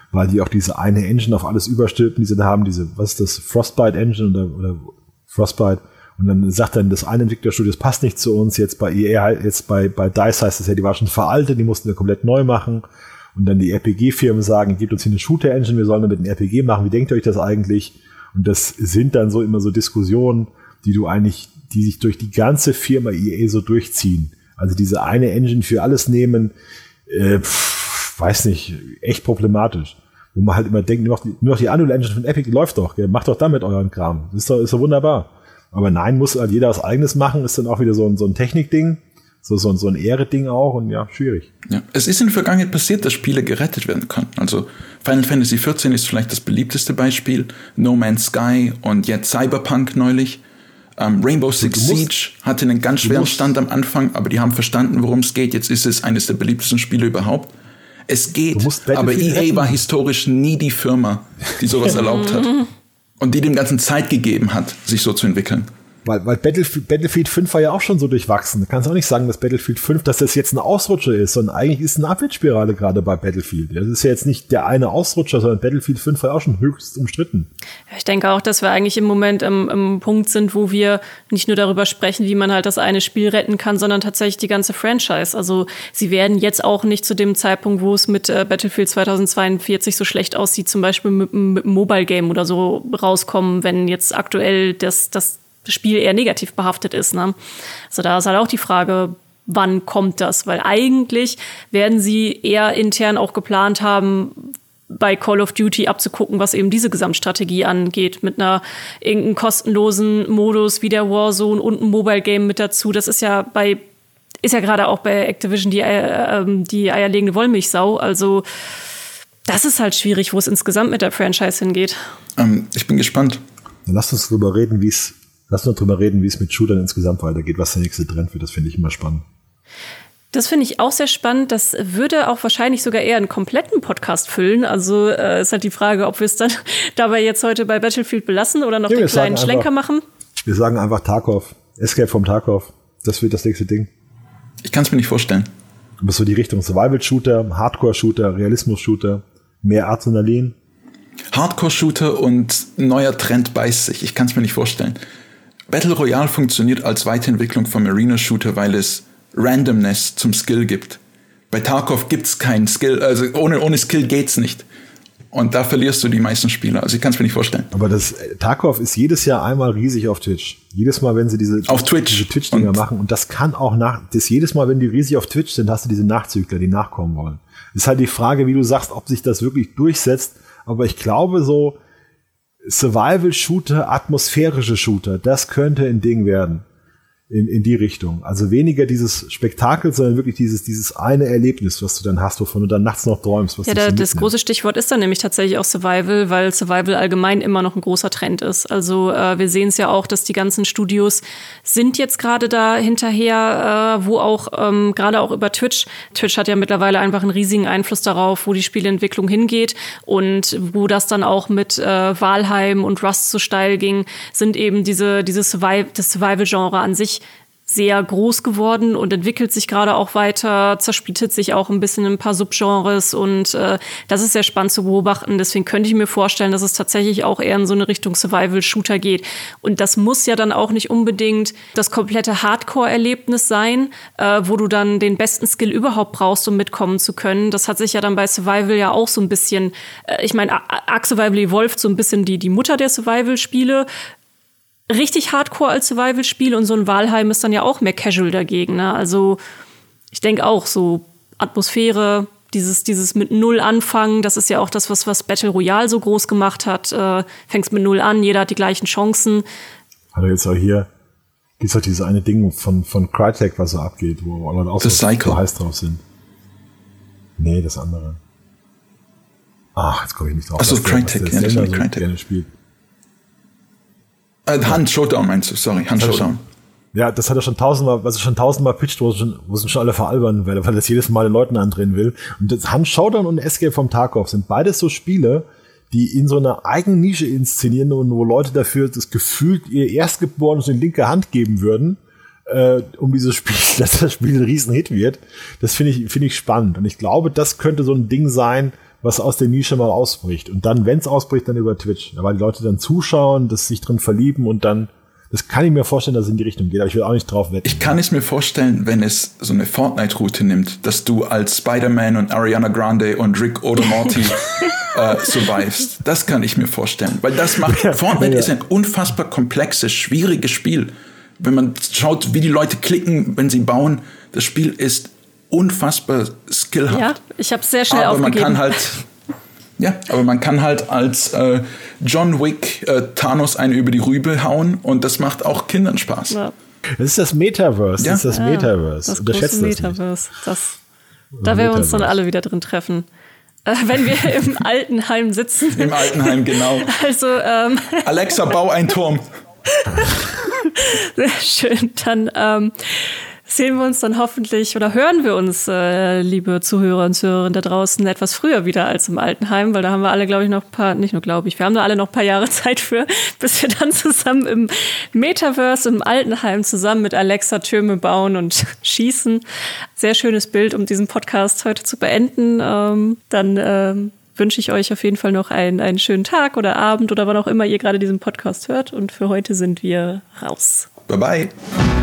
weil die auch diese eine Engine auf alles überstülpen, die sie da haben, diese, was ist das, Frostbite Engine oder, oder Frostbite. Und dann sagt dann das eine Entwicklerstudio, das passt nicht zu uns. Jetzt bei E A, jetzt bei, bei DICE heißt es ja, die war schon veraltet, die mussten wir komplett neu machen. Und dann die R P G-Firmen sagen, gebt uns hier eine Shooter-Engine, wir sollen damit ein R P G machen. Wie denkt ihr euch das eigentlich? Und das sind dann so immer so Diskussionen, die du eigentlich, die sich durch die ganze Firma E A so durchziehen. Also diese eine Engine für alles nehmen, äh, pff, weiß nicht, echt problematisch. Wo man halt immer denkt, nur noch die, nur noch die Unreal Engine von Epic läuft doch, gell? Macht doch damit euren Kram. Ist doch, ist doch wunderbar. Aber nein, muss halt jeder was Eigenes machen, ist dann auch wieder so ein, so ein Technikding, so, so, so ein Ehre-Ding auch und ja, schwierig. Ja, es ist in der Vergangenheit passiert, dass Spiele gerettet werden konnten. Also Final Fantasy vierzehn ist vielleicht das beliebteste Beispiel, No Man's Sky und jetzt Cyberpunk neulich. Um, Rainbow Six Siege hatte einen ganz schweren Stand am Anfang, aber die haben verstanden, worum es geht. Jetzt ist es eines der beliebtesten Spiele überhaupt. Es geht, aber E A war historisch nie die Firma, die sowas erlaubt hat. Und die dem Ganzen Zeit gegeben hat, sich so zu entwickeln. Weil, weil Battlefield, Battlefield fünf war ja auch schon so durchwachsen. Du kannst auch nicht sagen, dass Battlefield fünf, dass das jetzt ein Ausrutscher ist, sondern eigentlich ist es eine Abwärtsspirale gerade bei Battlefield. Das ist ja jetzt nicht der eine Ausrutscher, sondern Battlefield fünf war ja auch schon höchst umstritten. Ich denke auch, dass wir eigentlich im Moment im, im Punkt sind, wo wir nicht nur darüber sprechen, wie man halt das eine Spiel retten kann, sondern tatsächlich die ganze Franchise. Also sie werden jetzt auch nicht zu dem Zeitpunkt, wo es mit äh, Battlefield zweitausendzweiundvierzig so schlecht aussieht, zum Beispiel mit, mit einem Mobile Game oder so rauskommen, wenn jetzt aktuell das, das Spiel eher negativ behaftet ist. Ne? Also da ist halt auch die Frage, wann kommt das? Weil eigentlich werden sie eher intern auch geplant haben, bei Call of Duty abzugucken, was eben diese Gesamtstrategie angeht, mit einer irgendeinem kostenlosen Modus wie der Warzone und ein Mobile Game mit dazu. Das ist ja bei ist ja gerade auch bei Activision die, äh, die eierlegende Wollmilchsau. Also das ist halt schwierig, wo es insgesamt mit der Franchise hingeht. Ähm, ich bin gespannt. Dann lasst uns drüber reden, wie es Lass uns drüber reden, wie es mit Shootern insgesamt weitergeht, was der nächste Trend wird. Das finde ich immer spannend. Das finde ich auch sehr spannend. Das würde auch wahrscheinlich sogar eher einen kompletten Podcast füllen. Also äh, ist halt die Frage, ob wir es dann dabei jetzt heute bei Battlefield belassen oder noch ja, den kleinen einfach, Schlenker machen. Wir sagen einfach Tarkov. Escape vom Tarkov. Das wird das nächste Ding. Ich kann es mir nicht vorstellen. Aber so die Richtung Survival-Shooter, Hardcore-Shooter, Realismus-Shooter, mehr Adrenalin. Hardcore-Shooter und neuer Trend beißt sich. Ich kann es mir nicht vorstellen. Battle Royale funktioniert als Weiterentwicklung vom Arena-Shooter, weil es Randomness zum Skill gibt. Bei Tarkov gibt's keinen Skill, also ohne, ohne Skill geht's nicht. Und da verlierst du die meisten Spieler. Also ich kann es mir nicht vorstellen. Aber das Tarkov ist jedes Jahr einmal riesig auf Twitch. Jedes Mal, wenn sie diese, auf Twitch. diese Twitch-Dinger machen. Und das kann auch nach, das jedes Mal, wenn die riesig auf Twitch sind, hast du diese Nachzügler, die nachkommen wollen. Ist halt die Frage, wie du sagst, ob sich das wirklich durchsetzt. Aber ich glaube so, Survival-Shooter, atmosphärische Shooter, das könnte ein Ding werden. In, in die Richtung. Also weniger dieses Spektakel, sondern wirklich dieses, dieses eine Erlebnis, was du dann hast, wovon du dann nachts noch träumst. Was ja, da, das große Stichwort ist dann nämlich tatsächlich auch Survival, weil Survival allgemein immer noch ein großer Trend ist. Also äh, wir sehen es ja auch, dass die ganzen Studios sind jetzt gerade da hinterher, äh, wo auch ähm, gerade auch über Twitch. Twitch hat ja mittlerweile einfach einen riesigen Einfluss darauf, wo die Spieleentwicklung hingeht und wo das dann auch mit äh, Valheim und Rust so steil ging, sind eben diese, diese Survival, das Survival-Genre an sich sehr groß geworden und entwickelt sich gerade auch weiter, zersplittet sich auch ein bisschen in ein paar Subgenres und äh, das ist sehr spannend zu beobachten. Deswegen könnte ich mir vorstellen, dass es tatsächlich auch eher in so eine Richtung Survival-Shooter geht. Und das muss ja dann auch nicht unbedingt das komplette Hardcore-Erlebnis sein, äh, wo du dann den besten Skill überhaupt brauchst, um mitkommen zu können. Das hat sich ja dann bei Survival ja auch so ein bisschen, äh, ich meine, Ark Survival Evolved so ein bisschen die, die Mutter der Survival-Spiele. Richtig Hardcore als Survival-Spiel und so ein Valheim ist dann ja auch mehr casual dagegen. Ne? Also ich denke auch so Atmosphäre, dieses, dieses mit Null anfangen, das ist ja auch das, was, was Battle Royale so groß gemacht hat. Äh, fängst mit Null an, jeder hat die gleichen Chancen. Also jetzt auch hier gibt's halt dieses eine Ding von, von Crytek, was so abgeht, wo alle auch so, so heiß drauf sind. Nee, das andere. Ach, jetzt komme ich nicht drauf. Achso, Crytek, ja, das war Crytek. Gerne spielt. Äh, Hand Showdown meinst du, sorry, Hand Showdown. Ja, das hat er schon tausendmal, was er schon tausendmal pitcht, wo sie schon, schon alle veralbern, weil er das jedes Mal den Leuten andrehen will. Und das Hand Showdown und Escape vom Tarkov sind beides so Spiele, die in so einer eigenen Nische inszenieren und wo Leute dafür das Gefühl ihr Erstgeborenes in linke Hand geben würden, äh, um dieses Spiel, dass das Spiel ein Riesenhit wird. Das finde ich, finde ich spannend. Und ich glaube, das könnte so ein Ding sein, was aus der Nische mal ausbricht. Und dann, wenn es ausbricht, dann über Twitch. Weil die Leute dann zuschauen, dass sich drin verlieben und dann, das kann ich mir vorstellen, dass es in die Richtung geht, aber ich will auch nicht drauf wetten. Ich kann es mir vorstellen, wenn es so eine Fortnite-Route nimmt, dass du als Spider-Man und Ariana Grande und Rick oder Morty äh, survivest. Das kann ich mir vorstellen. Weil das macht, Fortnite ja. ist ein unfassbar komplexes, schwieriges Spiel. Wenn man schaut, wie die Leute klicken, wenn sie bauen, das Spiel ist unfassbar skillhaft. Ja, ich habe sehr schnell aber aufgegeben. Man kann halt, ja, aber man kann halt als äh, John Wick äh, Thanos einen über die Rübe hauen und das macht auch Kindern Spaß. Ja. Das ist das Metaverse. Ja. Das ist das ja, Metaverse. Das Unterschätzt große das Metaverse. Das, da werden wir uns dann alle wieder drin treffen. Äh, wenn wir im Altenheim sitzen. Im Altenheim, genau. Also, ähm, Alexa, bau einen Turm. Sehr schön. Dann ähm, sehen wir uns dann hoffentlich oder hören wir uns, äh, liebe Zuhörer und Zuhörerinnen da draußen, etwas früher wieder als im Altenheim, weil da haben wir alle, glaube ich, noch ein paar, nicht nur glaube ich, wir haben da alle noch ein paar Jahre Zeit für, bis wir dann zusammen im Metaverse, im Altenheim zusammen mit Alexa Türme bauen und schießen. Sehr schönes Bild, um diesen Podcast heute zu beenden. Ähm, dann ähm, wünsche ich euch auf jeden Fall noch einen, einen schönen Tag oder Abend oder wann auch immer ihr gerade diesen Podcast hört. Und für heute sind wir raus. Bye bye.